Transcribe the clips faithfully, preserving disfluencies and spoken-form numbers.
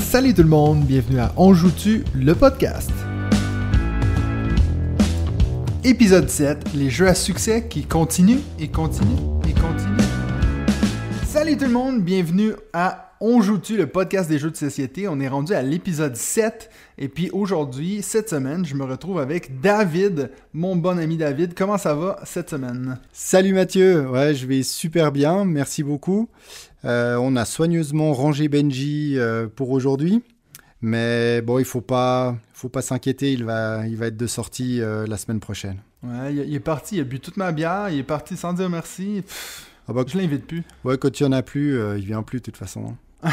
Salut tout le monde, bienvenue à On Joue-tu, le podcast. Épisode sept, les jeux à succès qui continuent et continuent et continuent. Salut tout le monde, bienvenue à On Joue-tu, le podcast des jeux de société. On est rendu à l'épisode sept et puis aujourd'hui, cette semaine, je me retrouve avec David, mon bon ami David. Comment ça va cette semaine? Salut Mathieu, ouais, je vais super bien, merci beaucoup. Euh, on a soigneusement rangé Benji euh, pour aujourd'hui, mais bon, il faut pas, faut pas s'inquiéter, il va, il va être de sortie euh, la semaine prochaine. Ouais, il, il est parti, il a bu toute ma bière, il est parti sans dire merci. Pff, ah bah, je l'invite plus. Ouais, quand il y en a plus, euh, il vient plus de toute façon.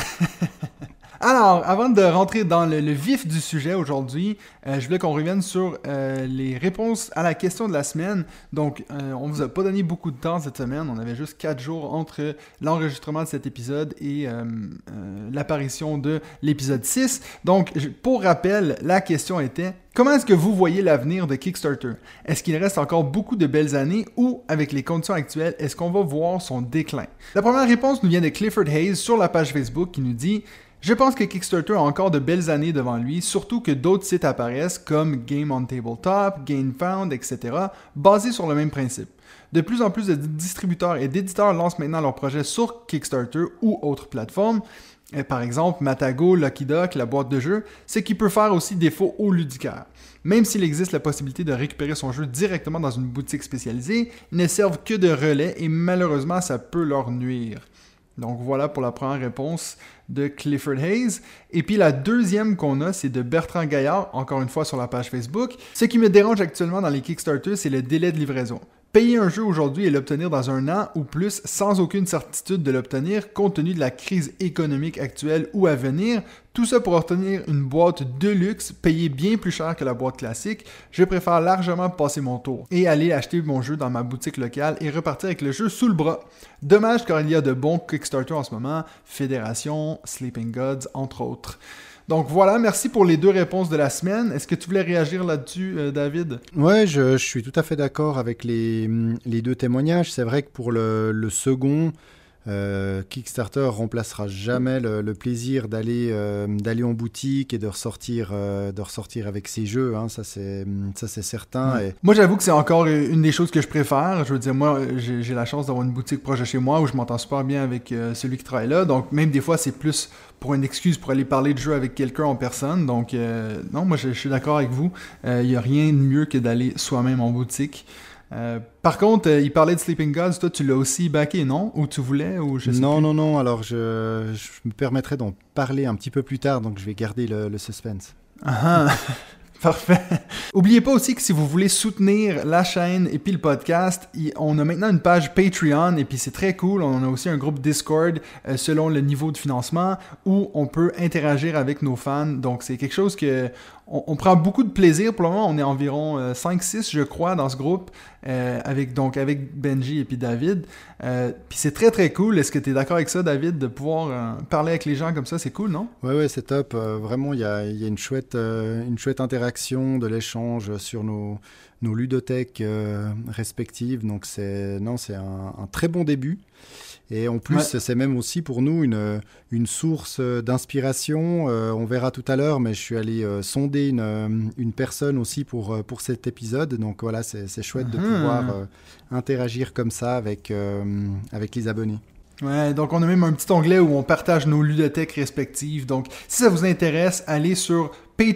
Alors, avant de rentrer dans le, le vif du sujet aujourd'hui, euh, je voulais qu'on revienne sur euh, les réponses à la question de la semaine. Donc, euh, on vous a pas donné beaucoup de temps cette semaine. On avait juste quatre jours entre l'enregistrement de cet épisode et euh, euh, l'apparition de l'épisode six. Donc, je, pour rappel, la question était: comment est-ce que vous voyez l'avenir de Kickstarter? Est-ce qu'il reste encore beaucoup de belles années ou, avec les conditions actuelles, est-ce qu'on va voir son déclin? La première réponse nous vient de Clifford Hayes sur la page Facebook qui nous dit: je pense que Kickstarter a encore de belles années devant lui, surtout que d'autres sites apparaissent comme Game on Tabletop, GameFound, et cetera, basés sur le même principe. De plus en plus de distributeurs et d'éditeurs lancent maintenant leurs projets sur Kickstarter ou autres plateformes. Et par exemple, Matago, Lucky Duck, la boîte de jeux, ce qui peut faire aussi défaut aux ludicaires. Même s'il existe la possibilité de récupérer son jeu directement dans une boutique spécialisée, ils ne servent que de relais et malheureusement ça peut leur nuire. Donc voilà pour la première réponse de Clifford Hayes. Et puis la deuxième qu'on a, c'est de Bertrand Gaillard, encore une fois sur la page Facebook. Ce qui me dérange actuellement dans les Kickstarter, c'est le délai de livraison. Payer un jeu aujourd'hui et l'obtenir dans un an ou plus sans aucune certitude de l'obtenir compte tenu de la crise économique actuelle ou à venir, tout ça pour obtenir une boîte de luxe payée bien plus cher que la boîte classique, je préfère largement passer mon tour et aller acheter mon jeu dans ma boutique locale et repartir avec le jeu sous le bras. Dommage car il y a de bons Kickstarter en ce moment, Fédération, Sleeping Gods, entre autres. Donc voilà, merci pour les deux réponses de la semaine. Est-ce que tu voulais réagir là-dessus, euh, David? Ouais, je, je suis tout à fait d'accord avec les, les deux témoignages. C'est vrai que pour le, le second, euh, Kickstarter remplacera jamais le, le plaisir d'aller, euh, d'aller en boutique et de ressortir, euh, de ressortir avec ses jeux. Hein. Ça, c'est, ça, c'est certain. Ouais. Et... Moi, j'avoue que c'est encore une des choses que je préfère. Je veux dire, moi, j'ai, j'ai la chance d'avoir une boutique proche de chez moi où je m'entends super bien avec euh, celui qui travaille là. Donc, même des fois, c'est plus pour une excuse pour aller parler de jeu avec quelqu'un en personne. Donc, euh, non, moi, je, je suis d'accord avec vous. Il euh, n'y a rien de mieux que d'aller soi-même en boutique. Euh, par contre, euh, il parlait de Sleeping Gods. Toi, tu l'as aussi backé, non? Ou tu voulais? Ou je sais non, plus. non, non. Alors, je, je me permettrai d'en parler un petit peu plus tard. Donc, je vais garder le, le suspense. Ah Parfait. Oubliez pas aussi que si vous voulez soutenir la chaîne et puis le podcast, on a maintenant une page Patreon et puis c'est très cool. On a aussi un groupe Discord euh, selon le niveau de financement où on peut interagir avec nos fans. Donc c'est quelque chose que on, on prend beaucoup de plaisir. Pour le moment, on est environ euh, cinq six, je crois, dans ce groupe euh, avec donc avec Benji et puis David. Euh, puis c'est très très cool. Est-ce que tu es d'accord avec ça, David, de pouvoir euh, parler avec les gens comme ça? C'est cool, non? Ouais, ouais, c'est top. Euh, vraiment, il y a, y a une chouette, euh, une chouette interaction, de l'échange sur nos, nos ludothèques euh, respectives. Donc, c'est, non, c'est un, un très bon début. Et en plus, ouais. c'est même aussi pour nous une, une source d'inspiration. Euh, on verra tout à l'heure, mais je suis allé euh, sonder une, une personne aussi pour, pour cet épisode. Donc voilà, c'est, c'est chouette uh-huh. de pouvoir euh, interagir comme ça avec, euh, avec les abonnés. Ouais, donc on a même un petit onglet où on partage nos ludothèques respectives. Donc, si ça vous intéresse, allez sur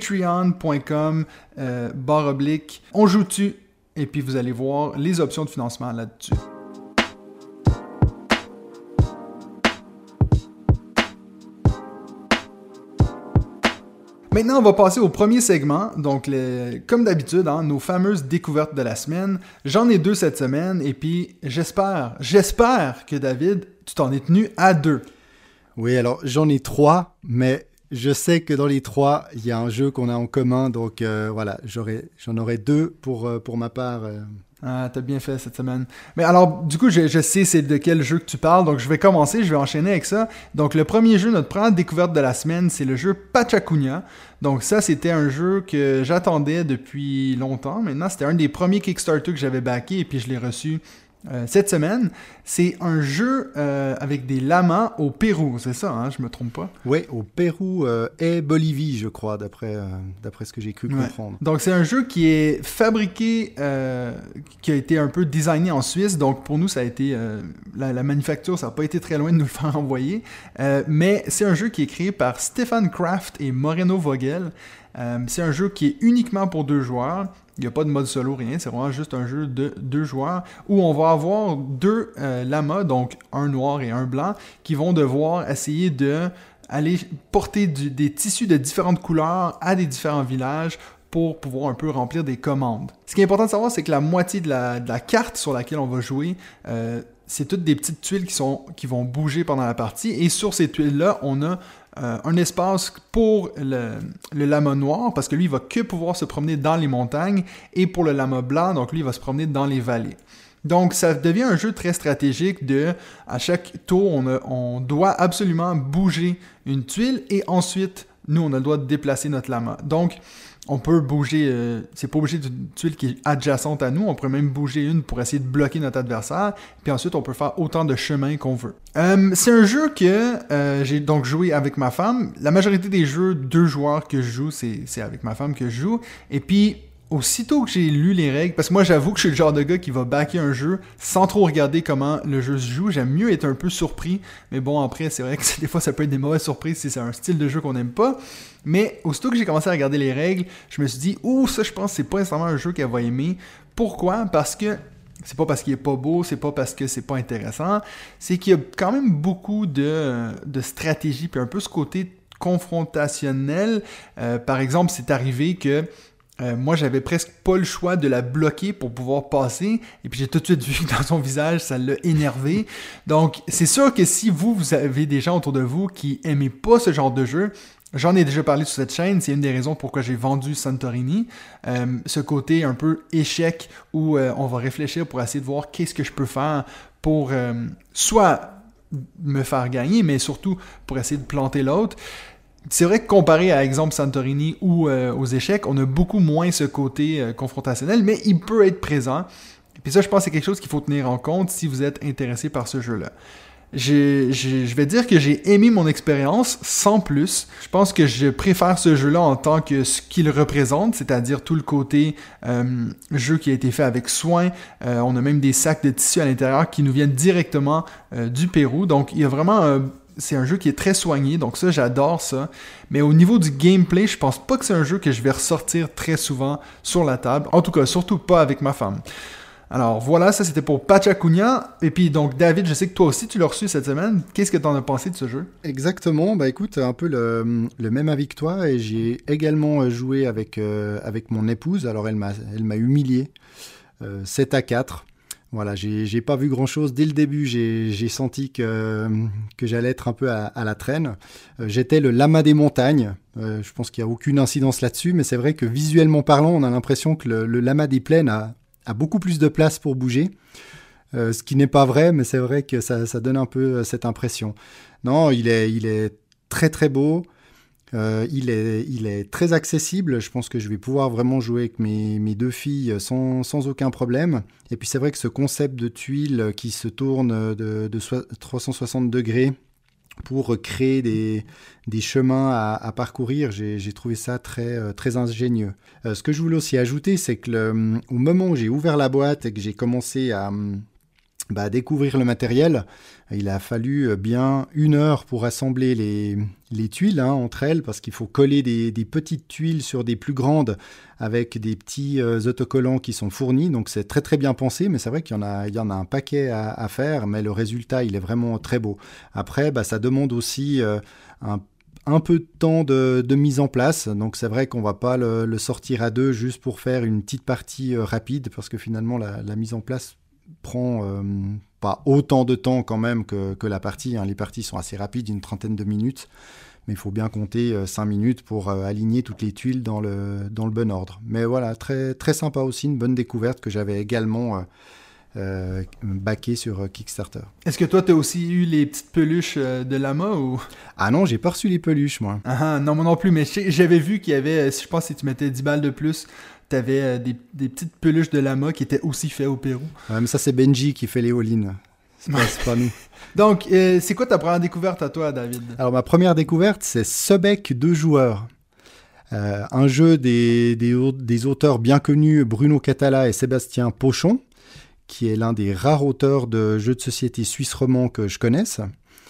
patreon.com euh, barre oblique on joue-tu et puis vous allez voir les options de financement là-dessus. Maintenant, on va passer au premier segment. Donc, les, comme d'habitude, hein, nos fameuses découvertes de la semaine. J'en ai deux cette semaine et puis j'espère, j'espère que David, tu t'en es tenu à deux. Oui, alors j'en ai trois, mais je sais que dans les trois, il y a un jeu qu'on a en commun. Donc euh, voilà, j'aurai, j'en aurai deux pour, euh, pour ma part. Euh... Ah, t'as bien fait cette semaine. Mais alors, du coup, je, je sais c'est de quel jeu que tu parles, donc je vais commencer, je vais enchaîner avec ça. Donc, le premier jeu, notre première découverte de la semaine, c'est le jeu Pachacuña. Donc ça, c'était un jeu que j'attendais depuis longtemps. Maintenant, c'était un des premiers Kickstarter que j'avais backé, et puis je l'ai reçu euh, cette semaine. C'est un jeu euh, avec des lamas au Pérou, c'est ça, hein, je me trompe pas? Oui, au Pérou euh, et Bolivie, je crois, d'après, euh, d'après ce que j'ai cru Ouais. comprendre. Donc c'est un jeu qui est fabriqué, euh, qui a été un peu designé en Suisse, donc pour nous ça a été, euh, la, la manufacture, ça n'a pas été très loin de nous le faire envoyer, euh, mais c'est un jeu qui est créé par Stefan Kraft et Moreno Vogel. Euh, c'est un jeu qui est uniquement pour deux joueurs. Il n'y a pas de mode solo, rien. C'est vraiment juste un jeu de deux joueurs où on va avoir deux euh, lamas, donc un noir et un blanc, qui vont devoir essayer de aller porter du, des tissus de différentes couleurs à des différents villages pour pouvoir un peu remplir des commandes. Ce qui est important de savoir, c'est que la moitié de la, de la carte sur laquelle on va jouer, euh, c'est toutes des petites tuiles qui, sont, qui vont bouger pendant la partie. Et sur ces tuiles-là, on a euh, un espace pour le, le lama noir, parce que lui, il va que pouvoir se promener dans les montagnes, et pour le lama blanc, donc lui, il va se promener dans les vallées. Donc, ça devient un jeu très stratégique de, à chaque tour, on, a, on doit absolument bouger une tuile, et ensuite, nous, on a le droit de déplacer notre lama. Donc, on peut bouger, euh, c'est pas obligé d'une tuile qui est adjacente à nous, on pourrait même bouger une pour essayer de bloquer notre adversaire, puis ensuite on peut faire autant de chemins qu'on veut. Euh, c'est un jeu que euh, j'ai donc joué avec ma femme. La majorité des jeux deux joueurs que je joue, c'est, c'est avec ma femme que je joue, et puis aussitôt que j'ai lu les règles, parce que moi j'avoue que je suis le genre de gars qui va backer un jeu sans trop regarder comment le jeu se joue, j'aime mieux être un peu surpris, mais bon après c'est vrai que des fois ça peut être des mauvaises surprises si c'est un style de jeu qu'on n'aime pas, mais aussitôt que j'ai commencé à regarder les règles, je me suis dit, ouh ça je pense que c'est pas nécessairement un jeu qu'elle va aimer. Pourquoi? Parce que c'est pas parce qu'il est pas beau, c'est pas parce que c'est pas intéressant, c'est qu'il y a quand même beaucoup de, de stratégie, puis un peu ce côté confrontationnel. Euh, par exemple, c'est arrivé que Euh, moi, j'avais presque pas le choix de la bloquer pour pouvoir passer. Et puis, j'ai tout de suite vu que dans son visage, ça l'a énervé. Donc, c'est sûr que si vous, vous avez des gens autour de vous qui aimez pas ce genre de jeu, j'en ai déjà parlé sur cette chaîne, c'est une des raisons pourquoi j'ai vendu Santorini. Euh, ce côté un peu échec où euh, on va réfléchir pour essayer de voir qu'est-ce que je peux faire pour euh, soit me faire gagner, mais surtout pour essayer de planter l'autre. C'est vrai que comparé à exemple Santorini ou euh, aux échecs, on a beaucoup moins ce côté euh, confrontationnel, mais il peut être présent. Et puis ça, je pense que c'est quelque chose qu'il faut tenir en compte si vous êtes intéressé par ce jeu-là. J'ai, j'ai, je vais dire que j'ai aimé mon expérience, sans plus. Je pense que je préfère ce jeu-là en tant que ce qu'il représente, c'est-à-dire tout le côté euh, jeu qui a été fait avec soin. Euh, on a même des sacs de tissu à l'intérieur qui nous viennent directement euh, du Pérou. Donc, il y a vraiment un... C'est un jeu qui est très soigné, donc ça, j'adore ça. Mais au niveau du gameplay, je pense pas que c'est un jeu que je vais ressortir très souvent sur la table. En tout cas, surtout pas avec ma femme. Alors voilà, ça c'était pour Pachacuña. Et puis donc David, je sais que toi aussi tu l'as reçu cette semaine. Qu'est-ce que tu en as pensé de ce jeu? Exactement, bah écoute, un peu le, le même avis que toi. Et j'ai également joué avec, euh, avec mon épouse. Alors elle m'a, elle m'a humilié. Euh, sept à quatre. Voilà, j'ai, j'ai pas vu grand-chose. Dès le début, j'ai, j'ai senti que, que j'allais être un peu à, à la traîne. Euh, j'étais le lama des montagnes. Euh, je pense qu'il n'y a aucune incidence là-dessus, mais c'est vrai que visuellement parlant, on a l'impression que le, le lama des plaines a, a beaucoup plus de place pour bouger. Euh, ce qui n'est pas vrai, mais c'est vrai que ça, ça donne un peu cette impression. Non, il est, il est très très beau. Euh, il est, il est très accessible. Je pense que je vais pouvoir vraiment jouer avec mes, mes deux filles sans, sans aucun problème. Et puis c'est vrai que ce concept de tuiles qui se tourne de, de so- trois cent soixante degrés pour créer des, des chemins à, à parcourir, j'ai, j'ai trouvé ça très, très ingénieux. Euh, ce que je voulais aussi ajouter, c'est que le, au moment où j'ai ouvert la boîte et que j'ai commencé à... Bah, découvrir le matériel, il a fallu bien une heure pour assembler les, les tuiles hein, entre elles, parce qu'il faut coller des, des petites tuiles sur des plus grandes avec des petits euh, autocollants qui sont fournis, donc c'est très très bien pensé, mais c'est vrai qu'il y en a, il y en a un paquet à, à faire, mais le résultat il est vraiment très beau. Après, bah, ça demande aussi euh, un un peu de temps de, de mise en place, donc c'est vrai qu'on va pas le, le sortir à deux juste pour faire une petite partie euh, rapide, parce que finalement la, la mise en place prend euh, pas autant de temps quand même que, que la partie. Hein. Les parties sont assez rapides, une trentaine de minutes, mais il faut bien compter euh, cinq minutes pour euh, aligner toutes les tuiles dans le, dans le bon ordre. Mais voilà, très, très sympa aussi, une bonne découverte que j'avais également euh, euh, backé sur Kickstarter. Est-ce que toi, tu as aussi eu les petites peluches euh, de lama ou... Ah non, j'ai pas reçu les peluches, moi. Ah, non, moi non plus, mais j'avais vu qu'il y avait, si je pense que si tu mettais dix balles de plus, tu avais euh, des, des petites peluches de lama qui étaient aussi faites au Pérou. Ouais, mais ça, c'est Benji qui fait les all-in. C'est pas, c'est pas nous. Donc, euh, c'est quoi ta première découverte à toi, David? Alors, ma première découverte, c'est Sobek deux joueurs. Euh, un jeu des, des, des auteurs bien connus, Bruno Catala et Sébastien Pochon, qui est l'un des rares auteurs de jeux de société suisse romand que je connaisse.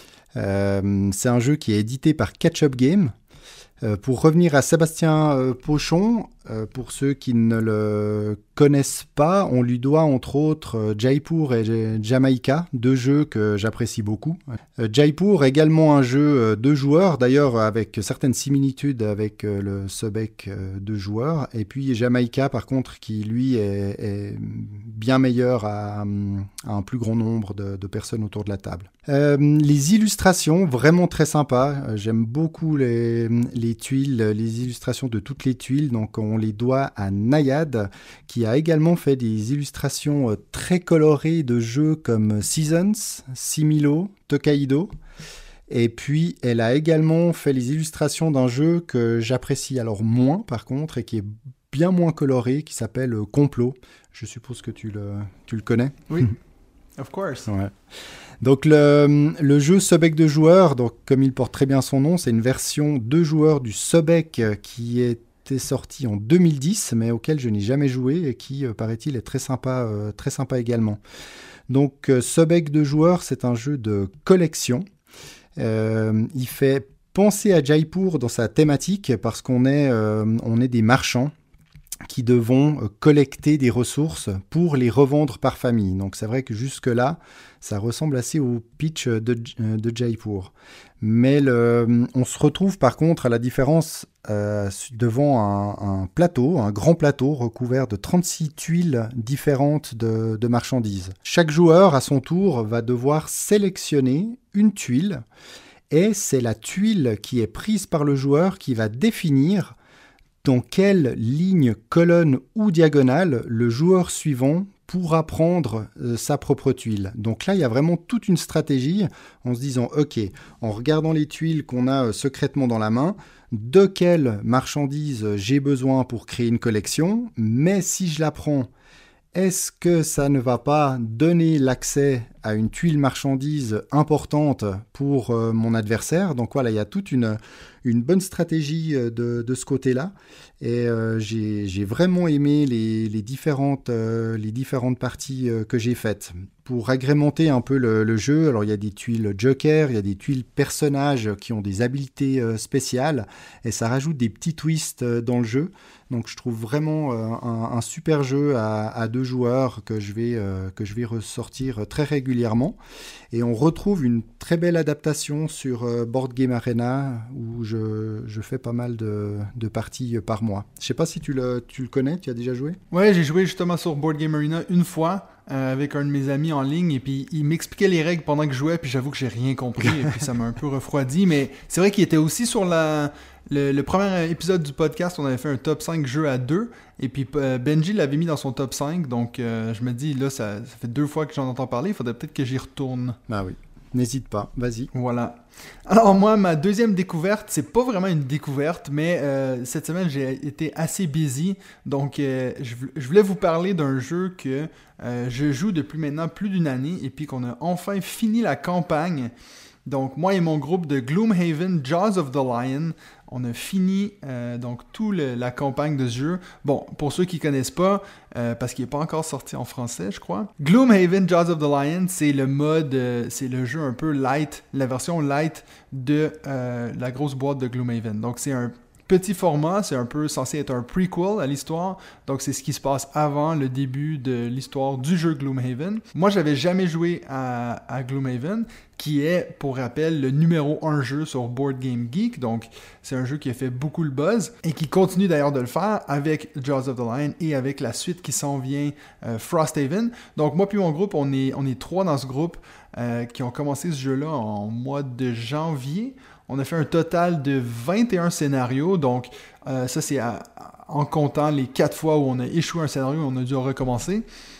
Euh, c'est un jeu qui est édité par Catch Up Game. Euh, pour revenir à Sébastien euh, Pochon, euh, pour ceux qui ne le connaissent pas, on lui doit entre autres euh, Jaipur et Jamaica, deux jeux que j'apprécie beaucoup. Euh, Jaipur, également un jeu euh, deux joueurs, d'ailleurs avec certaines similitudes avec euh, le Sobek euh, deux joueurs. Et puis Jamaica, par contre, qui lui est, est bien meilleur à, à un plus grand nombre de, de personnes autour de la table. Euh, les illustrations, vraiment très sympas. Euh, j'aime beaucoup les, les tuiles, les illustrations de toutes les tuiles. Donc on les doit à Nayad, qui a également fait des illustrations très colorées de jeux comme Seasons, Similo, Tokaido. Et puis, elle a également fait les illustrations d'un jeu que j'apprécie alors moins, par contre, et qui est bien moins coloré, qui s'appelle Complot. Je suppose que tu le, tu le connais. Oui, of course. Ouais. Donc, le, le jeu Sobek deux joueurs, donc, comme il porte très bien son nom, c'est une version deux joueurs du Sobek qui est sorti en deux mille dix, mais auquel je n'ai jamais joué et qui, euh, paraît-il, est très sympa, euh, très sympa également. Donc, euh, Sobek deux joueurs, c'est un jeu de collection. Euh, il fait penser à Jaipur dans sa thématique parce qu'on est, euh, on est des marchands qui devons collecter des ressources pour les revendre par famille. Donc c'est vrai que jusque-là, ça ressemble assez au pitch de, de Jaipur. Mais le, on se retrouve par contre à la différence euh, devant un, un plateau, un grand plateau recouvert de trente-six tuiles différentes de, de marchandises. Chaque joueur, à son tour, va devoir sélectionner une tuile et c'est la tuile qui est prise par le joueur qui va définir dans quelle ligne, colonne ou diagonale le joueur suivant pourra prendre euh, sa propre tuile. Donc là, il y a vraiment toute une stratégie en se disant, ok, en regardant les tuiles qu'on a euh, secrètement dans la main, de quelle marchandise j'ai besoin pour créer une collection, mais si je la prends, est-ce que ça ne va pas donner l'accès à une tuile marchandise importante pour euh, mon adversaire? Donc voilà, il y a toute une, une bonne stratégie de, de ce côté-là. Et euh, j'ai, j'ai vraiment aimé les, les, différentes, euh, les différentes parties euh, que j'ai faites. Pour agrémenter un peu le, le jeu, alors il y a des tuiles joker, il y a des tuiles personnages qui ont des habiletés euh, spéciales, et ça rajoute des petits twists euh, dans le jeu. Donc je trouve vraiment euh, un, un super jeu à, à deux joueurs que je vais, euh, que je vais ressortir très régulièrement. Et on retrouve une très belle adaptation sur euh, Board Game Arena où je, je fais pas mal de, de parties par mois. Je sais pas si tu le, tu le connais, tu as déjà joué? Ouais, j'ai joué justement sur Board Game Arena une fois euh, avec un de mes amis en ligne et puis il m'expliquait les règles pendant que je jouais puis j'avoue que j'ai rien compris et puis ça m'a un peu refroidi. Mais c'est vrai qu'il était aussi sur la... Le, le premier épisode du podcast, on avait fait un top cinq jeux à deux. Et puis euh, Benji l'avait mis dans son top cinq. Donc euh, je me dis, là, ça, ça fait deux fois que j'en entends parler. Il faudrait peut-être que j'y retourne. Ah oui, n'hésite pas, vas-y. Voilà. Alors moi, ma deuxième découverte, c'est pas vraiment une découverte, mais euh, cette semaine, j'ai été assez busy. Donc euh, je, je voulais vous parler d'un jeu que euh, je joue depuis maintenant plus d'une année. Et puis qu'on a enfin fini la campagne. Donc, moi et mon groupe de Gloomhaven, Jaws of the Lion, on a fini euh, donc toute la campagne de ce jeu. Bon, pour ceux qui ne connaissent pas, euh, parce qu'il n'est pas encore sorti en français, je crois. Gloomhaven, Jaws of the Lion, c'est le mode, euh, c'est le jeu un peu light, la version light de euh, la grosse boîte de Gloomhaven. Donc, c'est un petit format, c'est un peu censé être un prequel à l'histoire. Donc, c'est ce qui se passe avant le début de l'histoire du jeu Gloomhaven. Moi, j'avais jamais joué à, à Gloomhaven, qui est, pour rappel, le numéro un jeu sur Board Game Geek. Donc, c'est un jeu qui a fait beaucoup le buzz et qui continue d'ailleurs de le faire avec Jaws of the Lion et avec la suite qui s'en vient, euh, Frosthaven. Donc, moi puis mon groupe, on est, on est trois dans ce groupe euh, qui ont commencé ce jeu-là en mois de janvier. On a fait un total de vingt et un scénarios, donc euh, ça c'est à, en comptant les quatre fois où on a échoué un scénario, on a dû recommencer.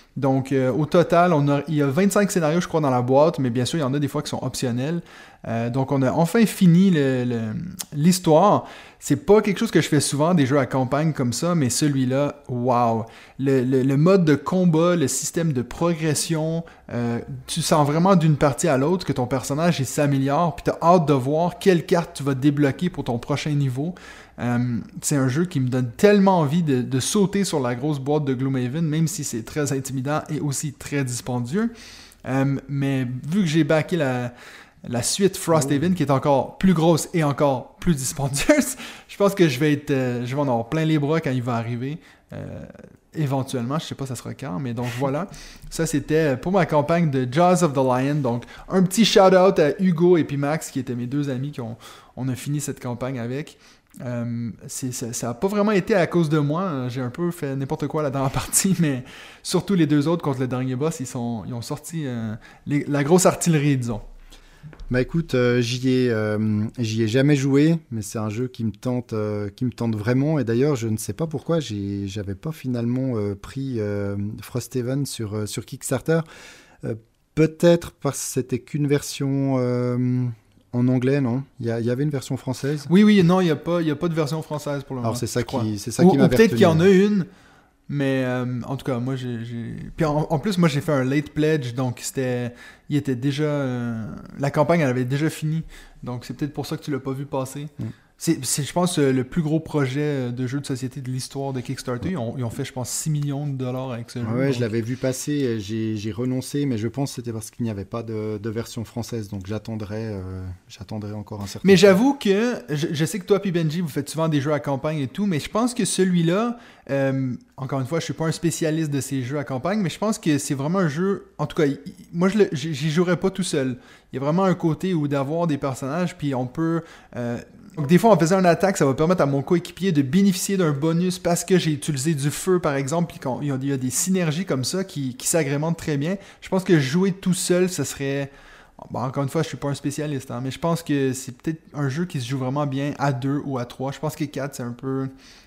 Donc, euh, au total, on a, il y a vingt-cinq scénarios, je crois, dans la boîte, mais bien sûr, il y en a des fois qui sont optionnels. Euh, donc, on a enfin fini le, le, l'histoire. C'est pas quelque chose que je fais souvent, des jeux à campagne comme ça, mais celui-là, wow! Le, le, le mode de combat, le système de progression, euh, tu sens vraiment d'une partie à l'autre que ton personnage il s'améliore, puis t'as hâte de voir quelle carte tu vas débloquer pour ton prochain niveau. Euh, c'est un jeu qui me donne tellement envie de, de sauter sur la grosse boîte de Gloomhaven, même si c'est très intimidant et aussi très dispendieux. Euh, mais vu que j'ai backé la... La suite Frosthaven, oh. qui est encore plus grosse et encore plus dispendieuse, je pense que je vais être, euh, je vais en avoir plein les bras quand il va arriver. Euh, éventuellement, je sais pas ça sera quand, mais donc voilà. Ça, c'était pour ma campagne de Jaws of the Lion. Donc, un petit shout-out à Hugo et puis Max, qui étaient mes deux amis qui ont on a fini cette campagne avec. Euh, c'est, ça, ça a pas vraiment été à cause de moi. J'ai un peu fait n'importe quoi là dans la partie, mais surtout les deux autres contre le dernier boss, ils, sont, ils ont sorti euh, les, la grosse artillerie, disons. Bah écoute, euh, j'y ai, euh, j'y ai jamais joué, mais c'est un jeu qui me tente, euh, qui me tente vraiment. Et d'ailleurs, je ne sais pas pourquoi j'ai, j'avais pas finalement euh, pris euh, Frosthaven sur euh, sur Kickstarter. Euh, peut-être parce que c'était qu'une version euh, en anglais, non ? Il y, a, il y avait une version française ? Oui, oui, non, il y a pas, il y a pas de version française pour le moment. Alors c'est ça qui, qui, c'est ça ou, qui m'a ou peut-être retenu. qu'il y en a une. Mais euh, en tout cas, moi j'ai. j'ai... Puis en, en plus, moi j'ai fait un late pledge, donc c'était. Il était déjà. Euh... La campagne, elle avait déjà fini. Donc c'est peut-être pour ça que tu l'as pas vu passer. Mm. C'est, c'est, je pense, le plus gros projet de jeu de société de l'histoire de Kickstarter. Ils ont, ils ont fait, je pense, six millions de dollars avec ce jeu. Ouais, donc... je l'avais vu passer, j'ai, j'ai renoncé, mais je pense que c'était parce qu'il n'y avait pas de, de version française. Donc j'attendrai, euh, j'attendrai encore un certain Mais temps. j'avoue que, je, je sais que toi et Benji, vous faites souvent des jeux à campagne et tout, mais je pense que celui-là, euh, encore une fois, je suis pas un spécialiste de ces jeux à campagne, mais je pense que c'est vraiment un jeu, en tout cas, il, moi je le, j'y jouerais pas tout seul. Il y a vraiment un côté où d'avoir des personnages, puis on peut... Euh, Donc, des fois, en faisant une attaque, ça va permettre à mon coéquipier de bénéficier d'un bonus parce que j'ai utilisé du feu, par exemple, puis il y, y a des synergies comme ça qui, qui s'agrémentent très bien. Je pense que jouer tout seul, ce serait... Bon, encore une fois, je suis pas un spécialiste, hein, mais je pense que c'est peut-être un jeu qui se joue vraiment bien à deux ou à trois. Je pense que quatre, c'est un peu...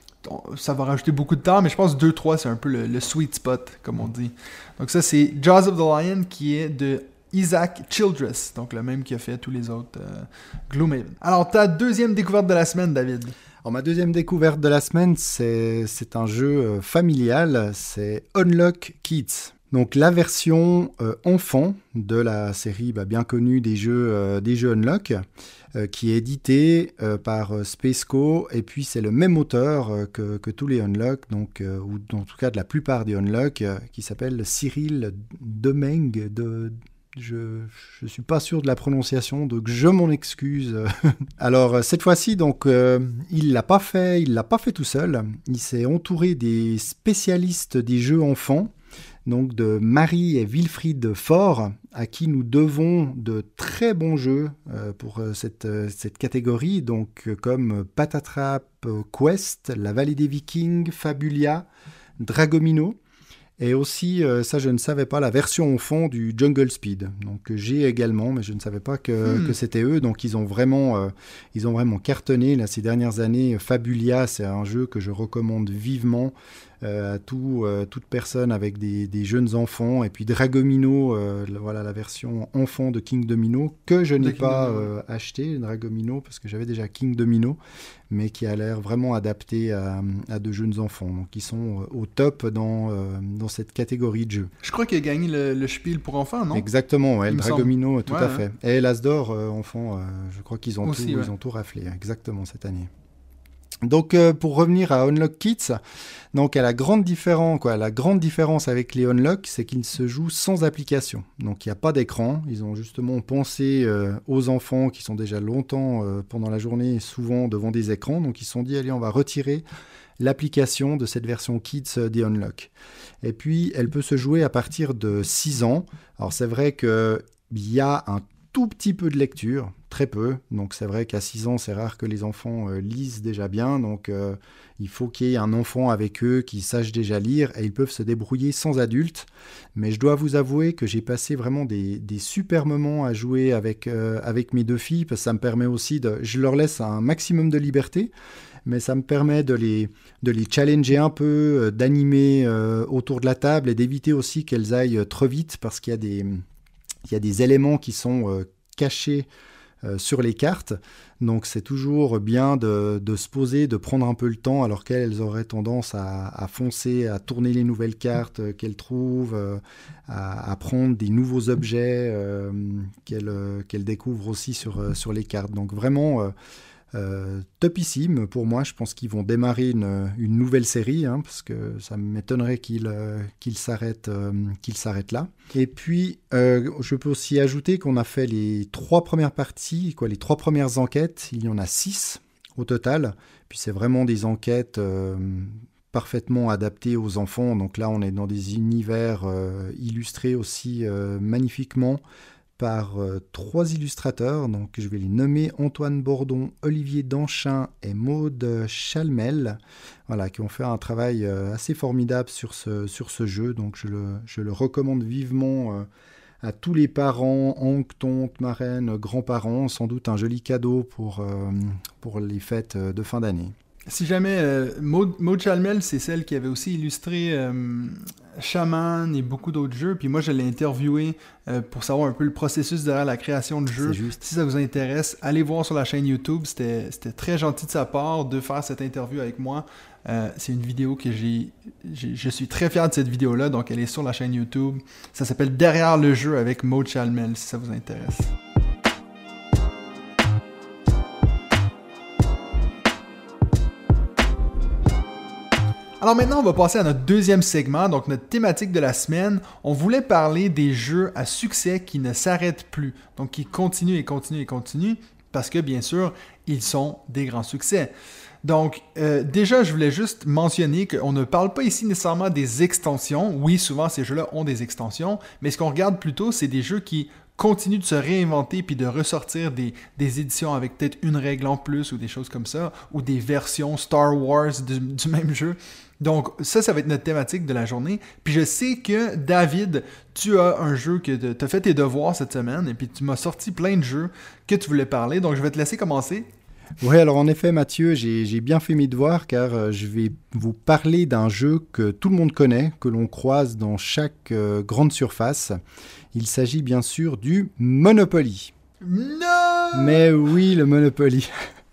Ça va rajouter beaucoup de temps, mais je pense que deux trois, c'est un peu le, le sweet spot, comme on dit. Donc ça, c'est Jaws of the Lion, qui est de... Isaac Childress, donc le même qui a fait tous les autres euh, Gloomhaven. Alors, ta deuxième découverte de la semaine, David? Alors, ma deuxième découverte de la semaine, c'est, c'est un jeu euh, familial, c'est Unlock Kids. Donc, la version euh, enfant de la série bah, bien connue des jeux, euh, des jeux Unlock, euh, qui est édité euh, par euh, Spaceco, et puis c'est le même auteur euh, que, que tous les Unlock, donc, euh, ou en tout cas de la plupart des Unlock, euh, qui s'appelle Cyril Demeng de... Je ne suis pas sûr de la prononciation, donc je m'en excuse. Alors, cette fois-ci, donc, euh, il ne l'a pas fait, il l'a pas fait tout seul. Il s'est entouré des spécialistes des jeux enfants, donc de Marie et Wilfried Faure, à qui nous devons de très bons jeux euh, pour euh, cette, euh, cette catégorie, donc euh, comme Patatrap euh, Quest, La Vallée des Vikings, Fabulia, Dragomino. Et aussi, euh, ça je ne savais pas, la version enfant du Jungle Speed. Donc j'ai également, mais je ne savais pas que, hmm. que c'était eux. Donc ils ont vraiment, euh, ils ont vraiment cartonné là, ces dernières années. Fabulia, c'est un jeu que je recommande vivement euh, à tout, euh, toute personne avec des, des jeunes enfants. Et puis Dragomino, euh, voilà la version enfant de King Domino, que je n'ai pas euh, acheté, Dragomino, parce que j'avais déjà King Domino, mais qui a l'air vraiment adapté à, à de jeunes enfants. Donc ils sont au top dans, euh, dans cette catégorie de jeux. Je crois qu'il a gagné le, le Spiel pour enfants, non? Exactement, ouais, le Dragomino, tout ouais, à fait. Et l'Asdor, euh, enfant, euh, je crois qu'ils ont, Aussi, tout, ouais. ils ont tout raflé, exactement, cette année. Donc, euh, pour revenir à Unlock Kids, donc, à la grande différence, quoi, la grande différence avec les Unlock, c'est qu'ils se jouent sans application. Donc, il n'y a pas d'écran. Ils ont justement pensé euh, aux enfants qui sont déjà longtemps euh, pendant la journée, souvent devant des écrans. Donc, ils se sont dit, allez, on va retirer l'application de cette version Kids des Unlock. Et puis, elle peut se jouer à partir de six ans. Alors, c'est vrai qu'il y a un tout petit peu de lecture, très peu. Donc c'est vrai qu'à six ans, c'est rare que les enfants euh, lisent déjà bien. Donc euh, il faut qu'il y ait un enfant avec eux qui sache déjà lire et ils peuvent se débrouiller sans adultes. Mais je dois vous avouer que j'ai passé vraiment des, des super moments à jouer avec, euh, avec mes deux filles parce que ça me permet aussi de... Je leur laisse un maximum de liberté, mais ça me permet de les, de les challenger un peu, euh, d'animer euh, autour de la table et d'éviter aussi qu'elles aillent trop vite parce qu'il y a des, il y a des éléments qui sont euh, cachés euh, sur les cartes. Donc c'est toujours bien de, de se poser, de prendre un peu le temps alors qu'elles auraient tendance à, à foncer, à tourner les nouvelles cartes euh, qu'elles trouvent, euh, à, à prendre des nouveaux objets euh, qu'elles, euh, qu'elles découvrent aussi sur, euh, sur les cartes. Donc vraiment... Euh, Euh, topissime pour moi. Je pense qu'ils vont démarrer une, une nouvelle série hein, parce que ça m'étonnerait qu'ils, euh, qu'ils, s'arrêtent, euh, qu'ils s'arrêtent là. Et puis euh, je peux aussi ajouter qu'on a fait les trois premières parties, quoi, les trois premières enquêtes. Il y en a six au total. Puis c'est vraiment des enquêtes euh, parfaitement adaptées aux enfants. Donc là on est dans des univers euh, illustrés aussi euh, magnifiquement par euh, trois illustrateurs, donc je vais les nommer Antoine Bordon, Olivier Danchin et Maude Chalmel, voilà, qui ont fait un travail euh, assez formidable sur ce, sur ce jeu, donc je le, je le recommande vivement euh, à tous les parents, oncles, tantes, marraines, grands-parents, sans doute un joli cadeau pour, euh, pour les fêtes de fin d'année. Si jamais, euh, Maud, Maud Chalmel, c'est celle qui avait aussi illustré euh, Shaman et beaucoup d'autres jeux. Puis moi, je l'ai interviewé euh, pour savoir un peu le processus derrière la création de jeux. Si ça vous intéresse, allez voir sur la chaîne YouTube. C'était, c'était très gentil de sa part de faire cette interview avec moi. Euh, c'est une vidéo que j'ai, j'ai... Je suis très fier de cette vidéo-là. Donc, elle est sur la chaîne YouTube. Ça s'appelle Derrière le jeu avec Maud Chalmel, si ça vous intéresse. Alors maintenant, on va passer à notre deuxième segment, donc notre thématique de la semaine. On voulait parler des jeux à succès qui ne s'arrêtent plus, donc qui continuent et continuent et continuent, parce que bien sûr, ils sont des grands succès. Donc euh, déjà, je voulais juste mentionner qu'on ne parle pas ici nécessairement des extensions. Oui, souvent ces jeux-là ont des extensions, mais ce qu'on regarde plutôt, c'est des jeux qui continuent de se réinventer puis de ressortir des, des éditions avec peut-être une règle en plus ou des choses comme ça, ou des versions Star Wars du, du même jeu. Donc ça, ça va être notre thématique de la journée. Puis je sais que, David, tu as un jeu que tu as fait tes devoirs cette semaine et puis tu m'as sorti plein de jeux que tu voulais parler. Donc je vais te laisser commencer. Oui, alors en effet, Mathieu, j'ai, j'ai bien fait mes devoirs car euh, je vais vous parler d'un jeu que tout le monde connaît, que l'on croise dans chaque euh, grande surface. Il s'agit bien sûr du Monopoly. Non! Mais oui, le Monopoly.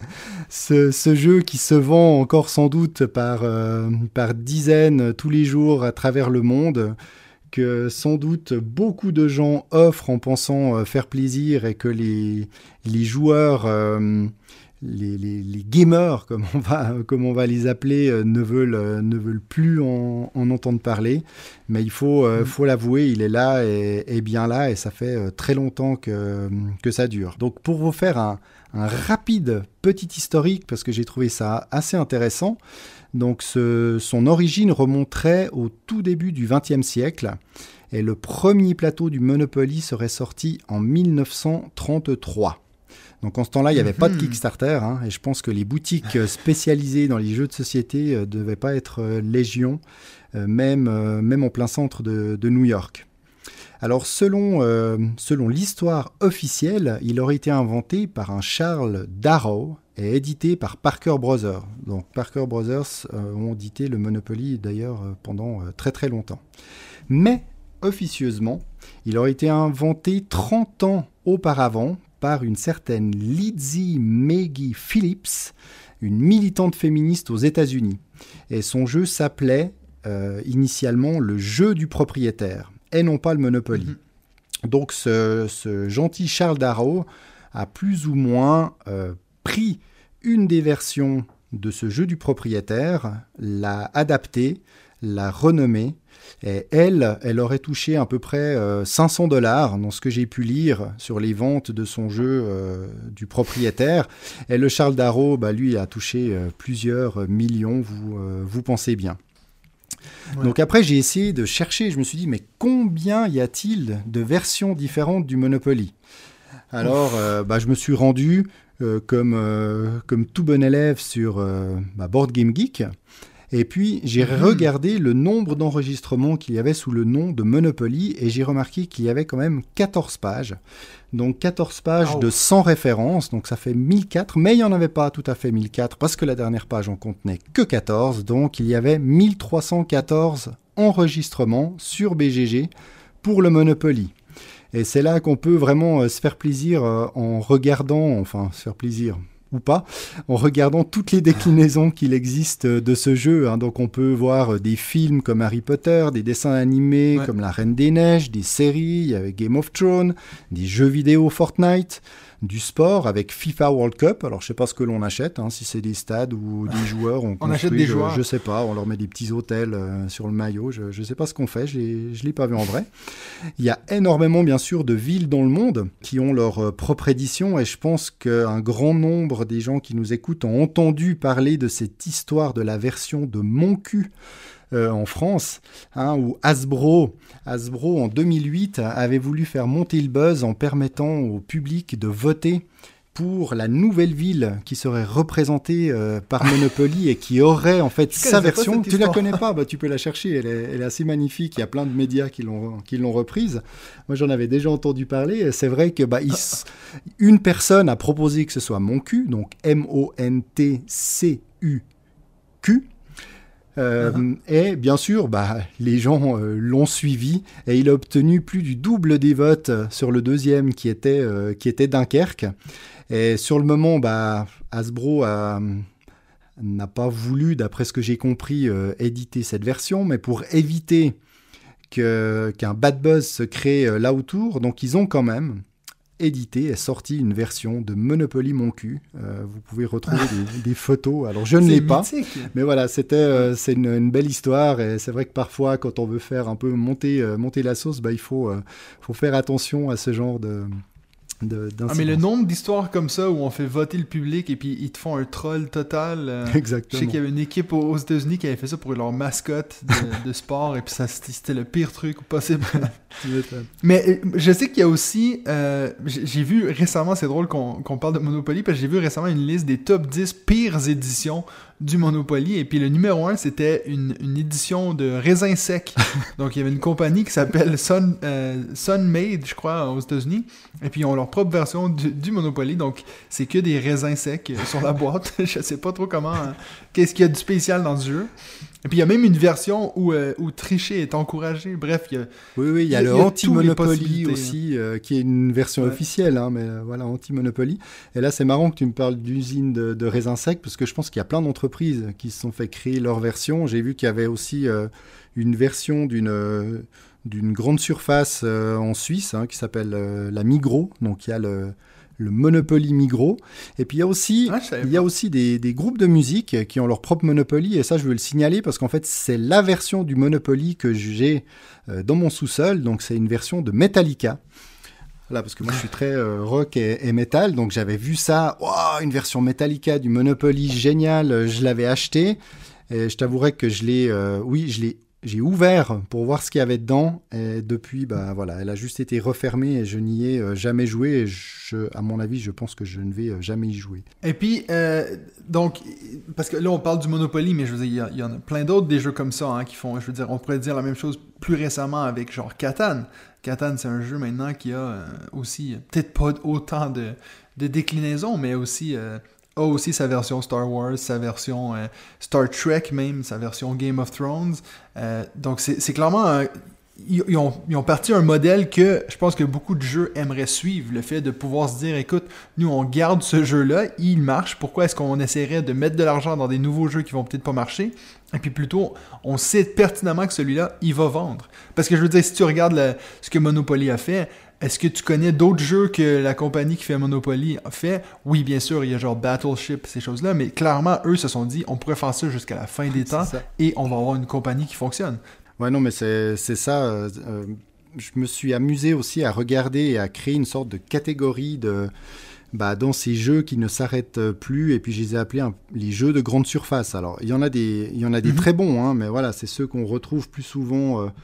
Ce, ce jeu qui se vend encore sans doute par, euh, par dizaines tous les jours à travers le monde, que sans doute beaucoup de gens offrent en pensant euh, faire plaisir et que les, les joueurs, euh, les, les, les gamers, comme on va, comme on va les appeler, euh, ne, veulent, euh, ne veulent plus en, en entendre parler. Mais il faut, euh, faut l'avouer, il est là et, et bien là et ça fait euh, très longtemps que, que ça dure. Donc pour vous faire un Un rapide petit historique, parce que j'ai trouvé ça assez intéressant. Donc, ce, son origine remonterait au tout début du vingtième siècle. Et le premier plateau du Monopoly serait sorti en mille neuf cent trente-trois. Donc, en ce temps-là, il n'y avait mm-hmm. pas de Kickstarter. Hein, et je pense que les boutiques spécialisées dans les jeux de société ne euh, devaient pas être euh, légion, euh, même, euh, même en plein centre de, de New York. Alors, selon, euh, selon l'histoire officielle, il aurait été inventé par un Charles Darrow et édité par Parker Brothers. Donc, Parker Brothers euh, ont édité le Monopoly, d'ailleurs, euh, pendant euh, très très longtemps. Mais, officieusement, il aurait été inventé trente ans auparavant par une certaine Lizzie Maggie Phillips, une militante féministe aux États-Unis. Et son jeu s'appelait euh, initialement le jeu du propriétaire, et non pas le Monopoly. Mmh. Donc ce, ce gentil Charles Darrow a plus ou moins euh, pris une des versions de ce jeu du propriétaire, l'a adaptée, l'a renommée, et elle, elle aurait touché à peu près euh, cinq cents dollars dans ce que j'ai pu lire sur les ventes de son jeu euh, du propriétaire. Et le Charles Darrow, bah, lui, a touché euh, plusieurs millions, vous, euh, vous pensez bien. Ouais. Donc après, j'ai essayé de chercher, je me suis dit, mais combien y a-t-il de versions différentes du Monopoly ? Alors, euh, bah, je me suis rendu, euh, comme, euh, comme tout bon élève, sur euh, bah, Board Game Geek. Et puis, j'ai mmh. regardé le nombre d'enregistrements qu'il y avait sous le nom de Monopoly, et j'ai remarqué qu'il y avait quand même quatorze pages. Donc, quatorze pages oh. de cent références, donc ça fait mille quatre, mais il n'y en avait pas tout à fait mille quatre, parce que la dernière page en contenait que quatorze, donc il y avait mille trois cent quatorze enregistrements sur B G G pour le Monopoly. Et c'est là qu'on peut vraiment euh, se faire plaisir euh, en regardant, enfin se faire plaisir ou pas, en regardant toutes les déclinaisons qu'il existe de ce jeu. Hein. Donc on peut voir des films comme Harry Potter, des dessins animés ouais. comme La Reine des Neiges, des séries avec Game of Thrones, des jeux vidéo Fortnite, du sport avec FIFA World Cup. Alors je sais pas ce que l'on achète, hein, si c'est des stades ou des joueurs. On, on achète des je, joueurs. Je sais pas, on leur met des petits hôtels euh, sur le maillot. Je, je sais pas ce qu'on fait, je l'ai, je l'ai pas vu en vrai. Il y a énormément bien sûr de villes dans le monde qui ont leur euh, propre édition, et je pense qu'un grand nombre des gens qui nous écoutent ont entendu parler de cette histoire de la version de Mon Cul Euh, en France, hein, où Hasbro, Hasbro en deux mille huit avait voulu faire monter le buzz en permettant au public de voter pour la nouvelle ville qui serait représentée euh, par Monopoly et qui aurait en fait sa version. Tu la connais pas, bah, tu peux la chercher, elle est, elle est assez magnifique, il y a plein de médias qui l'ont, qui l'ont reprise. Moi j'en avais déjà entendu parler, et c'est vrai que bah, il, une personne a proposé que ce soit Mon Cul, donc M O N T C U Q. Euh, uh-huh. Et bien sûr, bah, les gens euh, l'ont suivi, et il a obtenu plus du double des votes sur le deuxième qui était, euh, qui était Dunkerque. Et sur le moment, bah, Hasbro a, n'a pas voulu, d'après ce que j'ai compris, euh, éditer cette version, mais pour éviter que, qu'un bad buzz se crée euh, là autour, donc ils ont quand même édité et sorti une version de Monopoly Mon Cul. Euh, vous pouvez retrouver des, des photos. Alors, je ne l'ai pas, mais voilà, c'était, euh, c'est une, une belle histoire, et c'est vrai que parfois, quand on veut faire un peu monter, euh, monter la sauce, bah, il faut, euh, faut faire attention à ce genre de... De, ah, mais le nombre d'histoires comme ça où on fait voter le public et puis ils te font un troll total. Euh, Exactement. Je sais qu'il y avait une équipe aux, aux États-Unis qui avait fait ça pour leur mascotte de, de sport, et puis ça, c'était, c'était le pire truc possible. Mais je sais qu'il y a aussi, euh, j'ai, j'ai vu récemment, c'est drôle qu'on, qu'on parle de Monopoly, parce que j'ai vu récemment une liste des top dix pires éditions du Monopoly, et puis le numéro un, c'était une, une édition de raisin sec. Donc il y avait une compagnie qui s'appelle Sun, euh, Sunmade, je crois, aux États-Unis, et puis ils ont leur propre version du, du Monopoly, donc c'est que des raisins secs sur la boîte. Je sais pas trop comment, hein, qu'est-ce qu'il y a de spécial dans ce jeu. Et puis il y a même une version où, euh, où tricher est encouragé. Bref, il y a... Oui, oui, il y a, il y a le anti-Monopoly aussi, euh, qui est une version ouais. officielle, hein, mais euh, voilà, anti-Monopoly. Et là, c'est marrant que tu me parles d'usine de, de raisins secs, parce que je pense qu'il y a plein d'entreprises qui se sont fait créer leur version. J'ai vu qu'il y avait aussi euh, une version d'une... Euh, d'une grande surface euh, en Suisse, hein, qui s'appelle euh, la Migros. Donc il y a le, le Monopoly Migros. Et puis il y a aussi, ah, il y a aussi des, des groupes de musique qui ont leur propre Monopoly. Et ça, je veux le signaler parce qu'en fait, c'est la version du Monopoly que j'ai euh, dans mon sous-sol. Donc c'est une version de Metallica. Là, parce que moi, je suis très euh, rock et, et metal. Donc j'avais vu ça. Wow, une version Metallica du Monopoly, génial. Je l'avais acheté. Et je t'avouerai que je l'ai... Euh, oui, je l'ai J'ai ouvert pour voir ce qu'il y avait dedans, et depuis, bah, voilà, elle a juste été refermée et je n'y ai euh, jamais joué. Et je, à mon avis, je pense que je ne vais euh, jamais y jouer. Et puis, euh, donc, parce que là, on parle du Monopoly, mais je veux dire, il y, y en a plein d'autres des jeux comme ça hein, qui font, je veux dire, on pourrait dire la même chose plus récemment avec genre Catan. Catan, c'est un jeu maintenant qui a euh, aussi, peut-être pas autant de, de déclinaisons, mais aussi... Euh, a aussi sa version Star Wars, sa version euh, Star Trek même, sa version Game of Thrones. Euh, donc c'est, c'est clairement... Euh, ils, ils, ont, ils ont parti un modèle que je pense que beaucoup de jeux aimeraient suivre. Le fait de pouvoir se dire, écoute, nous on garde ce jeu-là, il marche, pourquoi est-ce qu'on essaierait de mettre de l'argent dans des nouveaux jeux qui vont peut-être pas marcher? Et puis plutôt, on sait pertinemment que celui-là, il va vendre. Parce que je veux dire, si tu regardes le, ce que Monopoly a fait... Est-ce que tu connais d'autres jeux que la compagnie qui fait Monopoly a fait? Oui, bien sûr, il y a genre Battleship, ces choses-là, mais clairement, eux se sont dit, on pourrait faire ça jusqu'à la fin des temps et on va avoir une compagnie qui fonctionne. Ouais, non, mais c'est, c'est ça. Euh, je me suis amusé aussi à regarder et à créer une sorte de catégorie de, bah, dans ces jeux qui ne s'arrêtent plus, et puis je les ai appelés un, les jeux de grande surface. Alors, il y en a des, il y en a des mm-hmm. très bons, hein, mais voilà, c'est ceux qu'on retrouve plus souvent... Euh,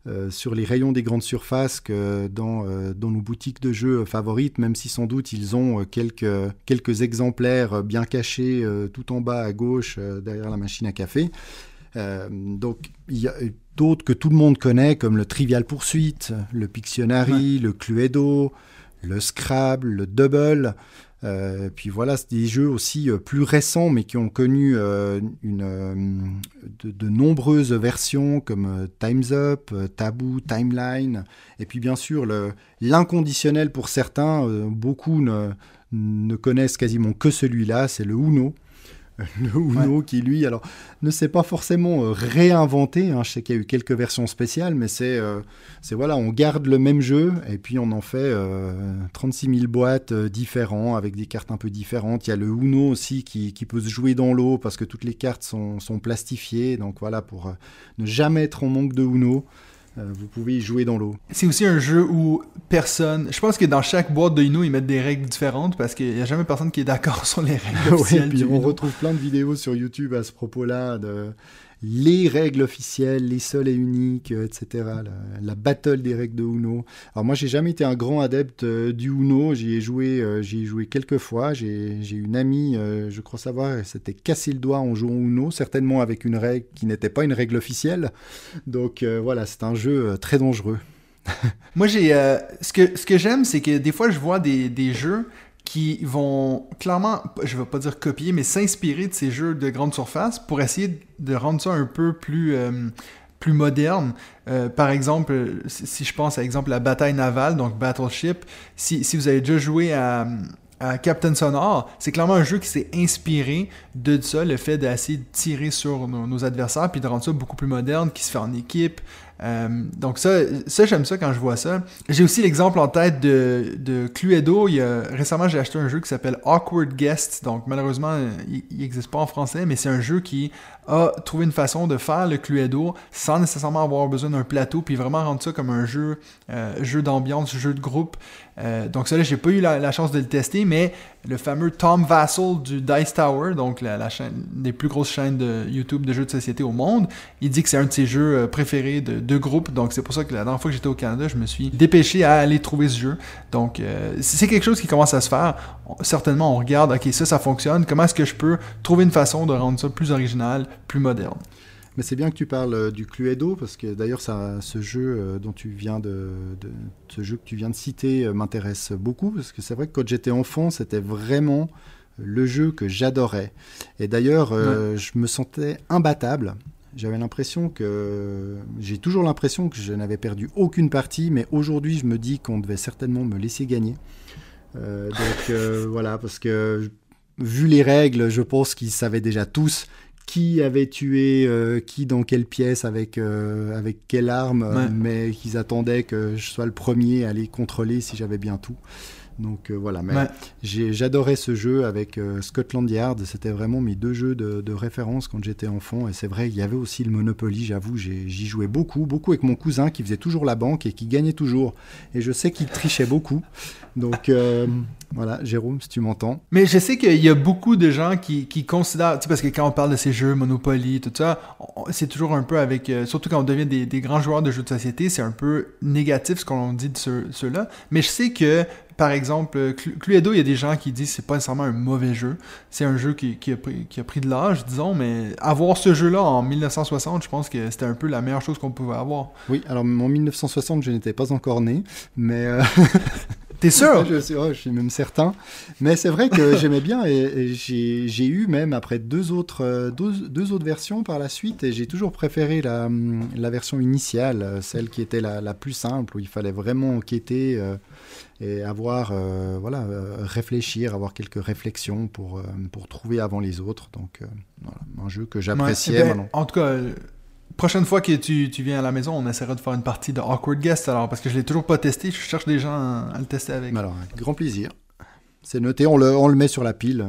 euh, sur les rayons des grandes surfaces que dans, euh, dans nos boutiques de jeux favorites, même si sans doute ils ont euh, quelques, quelques exemplaires bien cachés euh, tout en bas à gauche euh, derrière la machine à café. Euh, donc il y a d'autres que tout le monde connaît comme le Trivial Pursuit, le Pictionary, ouais. le Cluedo, le Scrabble, le Double. Euh, puis voilà, c'est des jeux aussi euh, plus récents, mais qui ont connu euh, une, euh, de, de nombreuses versions comme euh, Time's Up, euh, Taboo, Timeline. Et puis bien sûr, le, l'inconditionnel pour certains, euh, beaucoup ne, ne connaissent quasiment que celui-là, c'est le Uno. Le Uno ouais. qui, lui, alors, ne s'est pas forcément euh, réinventé. Hein. Je sais qu'il y a eu quelques versions spéciales, mais c'est, euh, c'est voilà, on garde le même jeu et puis on en fait euh, trente-six mille boîtes euh, différentes avec des cartes un peu différentes. Il y a le Uno aussi qui, qui peut se jouer dans l'eau parce que toutes les cartes sont, sont plastifiées. Donc voilà, pour euh, ne jamais être en manque de Uno. Euh, vous pouvez y jouer dans l'eau. C'est aussi un jeu où personne... Je pense que dans chaque boîte de Uno, ils mettent des règles différentes parce qu'il n'y a jamais personne qui est d'accord sur les règles officielles. Oui, puis on Uno. retrouve plein de vidéos sur YouTube à ce propos-là, de les règles officielles, les seules et uniques, et cetera. La, la battle des règles de Uno. Alors moi, j'ai jamais été un grand adepte euh, du Uno. J'y ai joué, euh, j'y ai joué quelques fois. J'ai, j'ai une amie, euh, je crois savoir, elle s'était cassé le doigt en jouant au Uno, certainement avec une règle qui n'était pas une règle officielle. Donc euh, voilà, c'est un jeu euh, très dangereux. Moi, j'ai euh, ce que ce que j'aime, c'est que des fois, je vois des, des jeux qui vont clairement, je vais pas dire copier, mais s'inspirer de ces jeux de grande surface pour essayer de rendre ça un peu plus euh, plus moderne. Euh, par exemple, si je pense à exemple la bataille navale, donc Battleship, si, si vous avez déjà joué à, à Captain Sonore, c'est clairement un jeu qui s'est inspiré de ça, le fait d'essayer de tirer sur nos, nos adversaires puis de rendre ça beaucoup plus moderne, qui se fait en équipe. Euh, donc ça, ça, j'aime ça quand je vois ça. J'ai aussi l'exemple en tête de, de Cluedo. Il y a, récemment, j'ai acheté un jeu qui s'appelle Awkward Guests. Donc malheureusement, il n'existe pas en français, mais c'est un jeu qui a trouvé une façon de faire le Cluedo sans nécessairement avoir besoin d'un plateau, puis vraiment rendre ça comme un jeu, euh, jeu d'ambiance, jeu de groupe. Euh, donc ça là, j'ai pas eu la, la chance de le tester, mais le fameux Tom Vassell du Dice Tower, donc la, la chaîne, des plus grosses chaînes de YouTube de jeux de société au monde, il dit que c'est un de ses jeux préférés de, de groupe. Donc c'est pour ça que la dernière fois que j'étais au Canada, je me suis dépêché à aller trouver ce jeu. Donc euh, c'est quelque chose qui commence à se faire. On, certainement, on regarde, ok, ça, ça fonctionne. Comment est-ce que je peux trouver une façon de rendre ça plus original, plus moderne? Mais c'est bien que tu parles euh, du Cluedo, parce que d'ailleurs, ça, ce jeu euh, dont tu viens de, de, ce jeu que tu viens de citer euh, m'intéresse beaucoup, parce que c'est vrai que quand j'étais enfant, c'était vraiment le jeu que j'adorais. Et d'ailleurs, euh, ouais. je me sentais imbattable. J'avais l'impression que... J'ai toujours l'impression que je n'avais perdu aucune partie, mais aujourd'hui, je me dis qu'on devait certainement me laisser gagner. Euh, donc euh, voilà, parce que vu les règles, je pense qu'ils savaient déjà tous qui avait tué euh, qui dans quelle pièce, avec, euh, avec quelle arme, ouais. mais qu'ils attendaient que je sois le premier à les contrôler si j'avais bien tout. Donc euh, voilà, mais ouais. j'ai, j'adorais ce jeu avec euh, Scotland Yard, c'était vraiment mes deux jeux de, de référence quand j'étais enfant, et c'est vrai, il y avait aussi le Monopoly, j'avoue, j'ai, j'y jouais beaucoup, beaucoup avec mon cousin qui faisait toujours la banque et qui gagnait toujours, et je sais qu'il trichait beaucoup, donc euh, voilà, Jérôme, si tu m'entends. Mais je sais qu'il y a beaucoup de gens qui, qui considèrent, tu sais, parce que quand on parle de ces jeux, Monopoly, tout ça, on, c'est toujours un peu avec, euh, surtout quand on devient des, des grands joueurs de jeux de société, c'est un peu négatif ce qu'on dit de ceux, ceux-là, mais je sais que par exemple, Cluedo, il y a des gens qui disent que c'est pas nécessairement un mauvais jeu. C'est un jeu qui, qui, a pris, qui a pris de l'âge, disons, mais avoir ce jeu-là en dix-neuf cent soixante, je pense que c'était un peu la meilleure chose qu'on pouvait avoir. Oui, alors en dix-neuf cent soixante, je n'étais pas encore né, mais... Euh... T'es sûr? je, suis, oh, je suis même certain. Mais c'est vrai que j'aimais bien, et, et j'ai, j'ai eu même après deux autres, deux, deux autres versions par la suite, et j'ai toujours préféré la, la version initiale, celle qui était la, la plus simple, où il fallait vraiment enquêter... Euh, et avoir, euh, voilà, euh, réfléchir, avoir quelques réflexions pour, euh, pour trouver avant les autres. Donc, euh, voilà, un jeu que j'appréciais. Ouais, ben, en tout cas, euh, prochaine fois que tu, tu viens à la maison, on essaiera de faire une partie de Awkward Guest, alors, parce que je l'ai toujours pas testé, je cherche des gens à, à le tester avec. Alors, avec grand plaisir. C'est noté, on le, on le met sur la pile.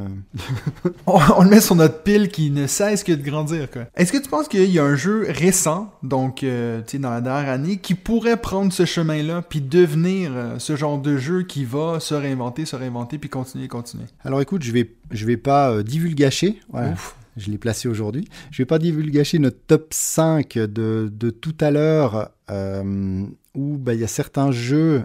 on, on le met sur notre pile qui ne cesse que de grandir, quoi. Est-ce que tu penses qu'il y a un jeu récent, donc euh, tu sais, dans la dernière année, qui pourrait prendre ce chemin-là, puis devenir euh, ce genre de jeu qui va se réinventer, se réinventer, puis continuer, continuer? Alors écoute, je vais, je vais pas euh, divulgacher. Ouais. je l'ai placé aujourd'hui. Je vais pas divulgacher notre top cinq de, de tout à l'heure, euh, où bah, y a certains jeux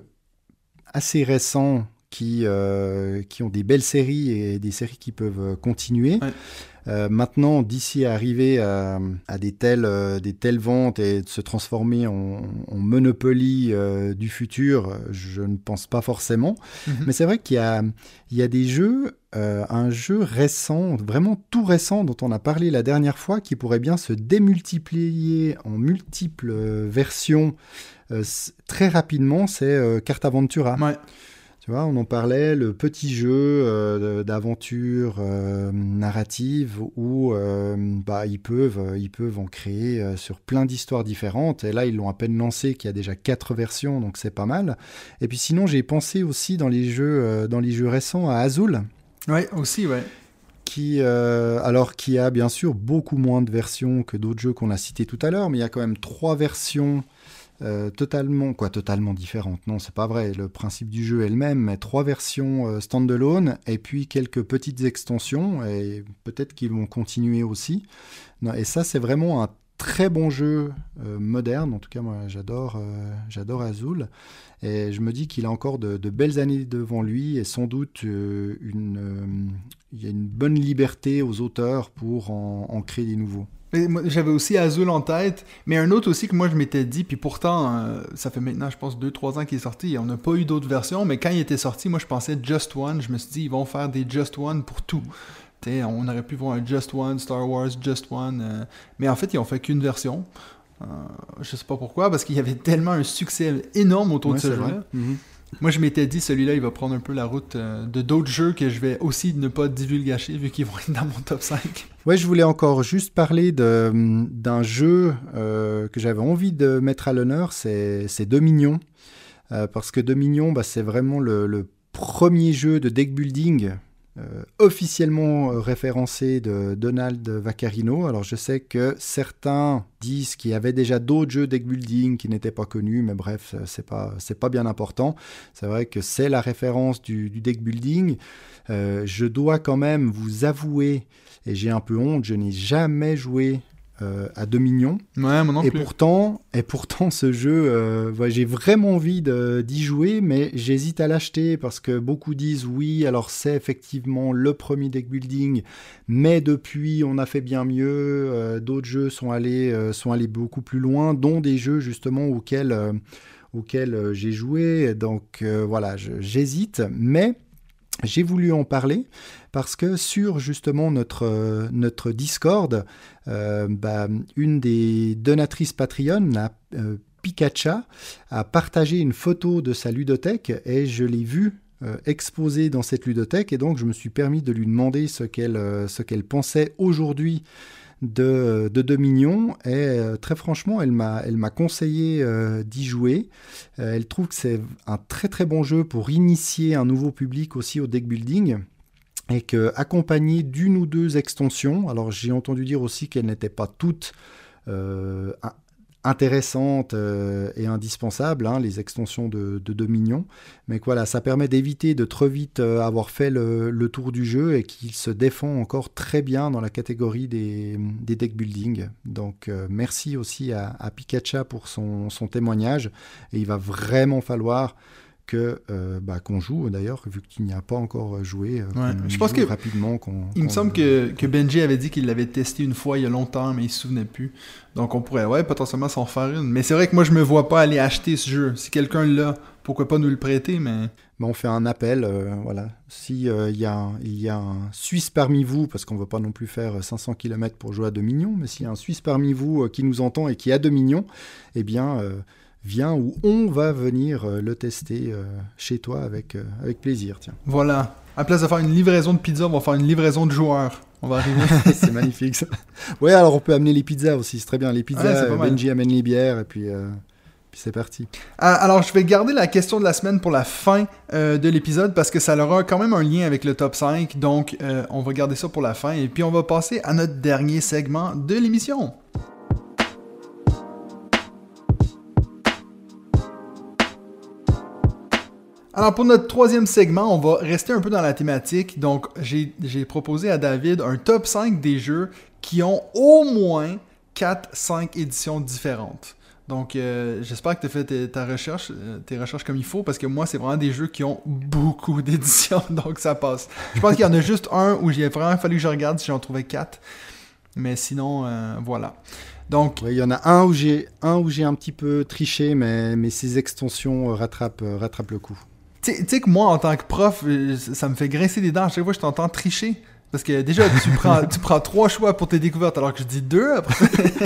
assez récents qui, euh, qui ont des belles séries et des séries qui peuvent continuer. Ouais. Euh, maintenant, d'ici à arriver à, à des, telles, euh, des telles ventes et de se transformer en, en Monopoly euh, du futur, je ne pense pas forcément. Mm-hmm. Mais c'est vrai qu'il y a, il y a des jeux, euh, un jeu récent, vraiment tout récent, dont on a parlé la dernière fois, qui pourrait bien se démultiplier en multiples euh, versions euh, très rapidement, c'est euh, Cartaventura. Ouais. Tu vois, on en parlait, le petit jeu euh, d'aventure euh, narrative où euh, bah, ils, peuvent, ils peuvent en créer euh, sur plein d'histoires différentes. Et là, ils l'ont à peine lancé, qu'il y a déjà quatre versions, donc c'est pas mal. Et puis sinon, j'ai pensé aussi dans les jeux, euh, dans les jeux récents à Azul. Oui, aussi, ouais. Qui, euh, alors, qui a bien sûr beaucoup moins de versions que d'autres jeux qu'on a cités tout à l'heure, mais il y a quand même trois versions Euh, totalement, quoi, totalement différentes. Non, c'est pas vrai. Le principe du jeu est le même, mais trois versions euh, standalone et puis quelques petites extensions et peut-être qu'ils vont continuer aussi. Non, et ça, c'est vraiment un très bon jeu euh, moderne. En tout cas, moi, j'adore, euh, j'adore Azul. Et je me dis qu'il a encore de, de belles années devant lui et sans doute euh, une, euh, il y a une bonne liberté aux auteurs pour en, en créer des nouveaux. Et moi, j'avais aussi Azul en tête, mais un autre aussi que moi je m'étais dit, puis pourtant, euh, ça fait maintenant, je pense, deux trois ans qu'il est sorti, et on n'a pas eu d'autres versions, mais quand il était sorti, moi je pensais Just One, je me suis dit, ils vont faire des Just One pour tout. T'sais, on aurait pu voir un Just One, Star Wars, Just One, euh, mais en fait, ils ont fait qu'une version. Euh, je sais pas pourquoi, parce qu'il y avait tellement un succès énorme autour ouais, de ce jeu-là. Mm-hmm. Moi, je m'étais dit, celui-là, il va prendre un peu la route euh, de d'autres jeux que je vais aussi ne pas divulgacher, vu qu'ils vont être dans mon top cinq. Ouais, je voulais encore juste parler de, d'un jeu euh, que j'avais envie de mettre à l'honneur, c'est, c'est Dominion. Euh, parce que Dominion, bah, c'est vraiment le, le premier jeu de deck building Euh, officiellement euh, référencé de Donald Vaccarino. Alors je sais que certains disent qu'il y avait déjà d'autres jeux deck building qui n'étaient pas connus, mais bref, c'est pas, c'est pas bien important. C'est vrai que c'est la référence du, du deck building. Euh, je dois quand même vous avouer, et j'ai un peu honte, je n'ai jamais joué Euh, à Dominion. Ouais, moi non et plus. pourtant, et pourtant, ce jeu, euh, ouais, j'ai vraiment envie de, d'y jouer, mais j'hésite à l'acheter parce que beaucoup disent oui, alors c'est effectivement le premier deck building, mais depuis, on a fait bien mieux. Euh, d'autres jeux sont allés, euh, sont allés beaucoup plus loin, dont des jeux justement auxquels, euh, auxquels euh, j'ai joué. Donc euh, voilà, je, j'hésite, mais j'ai voulu en parler parce que sur justement notre, euh, notre Discord, euh, bah, une des donatrices Patreon, la euh, Pikacha, a partagé une photo de sa ludothèque et je l'ai vue euh, exposée dans cette ludothèque et donc je me suis permis de lui demander ce qu'elle, euh, ce qu'elle pensait aujourd'hui de, de Dominion et euh, très franchement elle m'a, elle m'a conseillé euh, d'y jouer. Euh, elle trouve que c'est un très très bon jeu pour initier un nouveau public aussi au deck building et que accompagné d'une ou deux extensions, alors j'ai entendu dire aussi qu'elles n'étaient pas toutes euh, intéressantes euh, et indispensables, hein, les extensions de, de Dominion, mais que voilà, ça permet d'éviter de trop vite euh, avoir fait le, le tour du jeu et qu'il se défend encore très bien dans la catégorie des, des deck building. Donc euh, merci aussi à, à Pikacha pour son, son témoignage et il va vraiment falloir que, euh, bah, qu'on joue d'ailleurs, vu qu'il n'y a pas encore joué, euh, ouais. Je pense que rapidement. Qu'on, il qu'on... me semble que, que Benji avait dit qu'il l'avait testé une fois il y a longtemps, mais il se souvenait plus. Donc on pourrait ouais, potentiellement s'en faire une. Mais c'est vrai que moi je me vois pas aller acheter ce jeu. Si quelqu'un l'a, pourquoi pas nous le prêter, mais... Ben, on fait un appel, euh, voilà. Si euh, y a un, il y a un Suisse parmi vous, parce qu'on ne va pas non plus faire cinq cents kilomètres pour jouer à Dominion, mais s'il y a un Suisse parmi vous euh, qui nous entend et qui a Dominion, eh bien... Euh, viens ou on va venir euh, le tester euh, chez toi avec, euh, avec plaisir. Tiens. Voilà. À place de faire une livraison de pizza, on va faire une livraison de joueurs. On va arriver. C'est magnifique ça. Ouais, alors on peut amener les pizzas aussi, c'est très bien. Les pizzas, ouais, Benji amène les bières et puis, euh, puis c'est parti. Alors je vais garder la question de la semaine pour la fin euh, de l'épisode parce que ça aura quand même un lien avec le top cinq. Donc euh, on va garder ça pour la fin et puis on va passer à notre dernier segment de l'émission. Alors, pour notre troisième segment, on va rester un peu dans la thématique. Donc, j'ai, j'ai proposé à David un top cinq des jeux qui ont au moins quatre cinq éditions différentes. Donc, euh, j'espère que tu as fait tes, ta recherche, tes recherches comme il faut, parce que moi, c'est vraiment des jeux qui ont beaucoup d'éditions, donc ça passe. Je pense qu'il y en a juste un où il a vraiment fallu que je regarde si j'en trouvais quatre. Mais sinon, euh, voilà. Donc, oui, il y en a un où j'ai un où j'ai un petit peu triché, mais, mais ces extensions rattrapent, rattrapent le coup. Tu sais que moi, en tant que prof, ça me fait grincer des dents. À chaque fois que je t'entends tricher. Parce que déjà, tu prends, tu prends trois choix pour tes découvertes, alors que je dis deux. Après.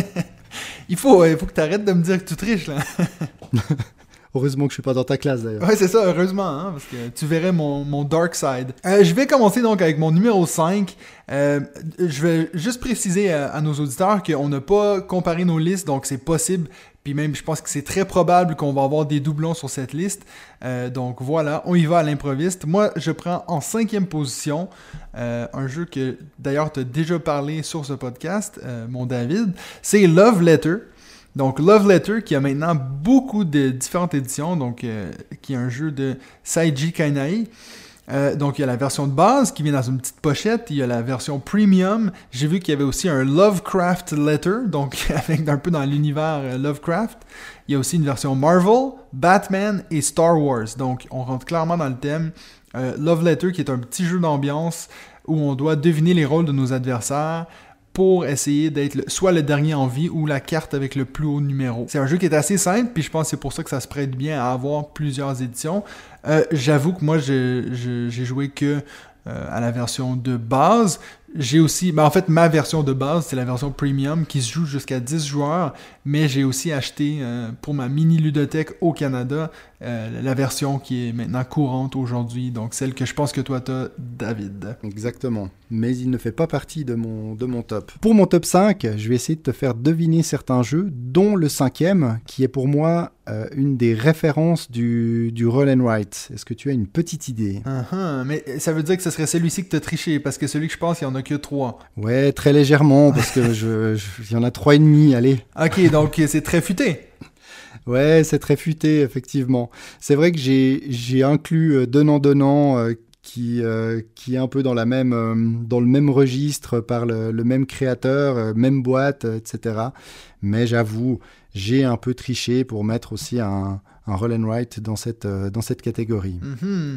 il, faut, il faut que tu arrêtes de me dire que tu triches, là. Heureusement que je suis pas dans ta classe, d'ailleurs. Ouais, c'est ça, heureusement, hein, parce que tu verrais mon, mon dark side. Euh, je vais commencer donc avec mon numéro cinq. Euh, je vais juste préciser à, à nos auditeurs qu'on n'a pas comparé nos listes, donc c'est possible. Puis même, je pense que c'est très probable qu'on va avoir des doublons sur cette liste. Euh, donc voilà, on y va à l'improviste. Moi, je prends en cinquième position euh, un jeu que d'ailleurs tu as déjà parlé sur ce podcast, euh, mon David. C'est Love Letter. Donc Love Letter qui a maintenant beaucoup de différentes éditions, donc euh, qui est un jeu de Seiji Kanai. Euh, donc il y a la version de base qui vient dans une petite pochette, il y a la version premium. J'ai vu qu'il y avait aussi un Lovecraft Letter, donc avec un peu dans l'univers euh, Lovecraft. Il y a aussi une version Marvel, Batman et Star Wars. Donc on rentre clairement dans le thème. Euh, Love Letter qui est un petit jeu d'ambiance où on doit deviner les rôles de nos adversaires pour essayer d'être le, soit le dernier en vie ou la carte avec le plus haut numéro. C'est un jeu qui est assez simple, puis je pense que c'est pour ça que ça se prête bien à avoir plusieurs éditions. Euh, j'avoue que moi, je, je, j'ai joué que euh, à la version de base. J'ai aussi, ben en fait, ma version de base, c'est la version premium qui se joue jusqu'à dix joueurs, mais j'ai aussi acheté euh, pour ma mini ludothèque au Canada euh, la version qui est maintenant courante aujourd'hui, donc celle que je pense que toi t'as, David. Exactement, mais il ne fait pas partie de mon, de mon top. Pour mon top cinq, je vais essayer de te faire deviner certains jeux, dont le cinquième, qui est pour moi euh, une des références du, du roll and write. Est-ce que tu as une petite idée? Uh-huh, mais ça veut dire que ce serait celui-ci que t'as triché, parce que celui que je pense, il y en a que trois. Ouais, très légèrement, parce que je, je, il y en a trois et demi, allez. Ok, donc c'est très futé. Ouais, c'est très futé, effectivement. C'est vrai que j'ai, j'ai inclus euh, Donnant Donnant, euh, qui, euh, qui est un peu dans, la même, euh, dans le même registre, par le, le même créateur, euh, même boîte, euh, et cetera. Mais j'avoue, j'ai un peu triché pour mettre aussi un, un roll and write dans cette, euh, dans cette catégorie. Mm-hmm.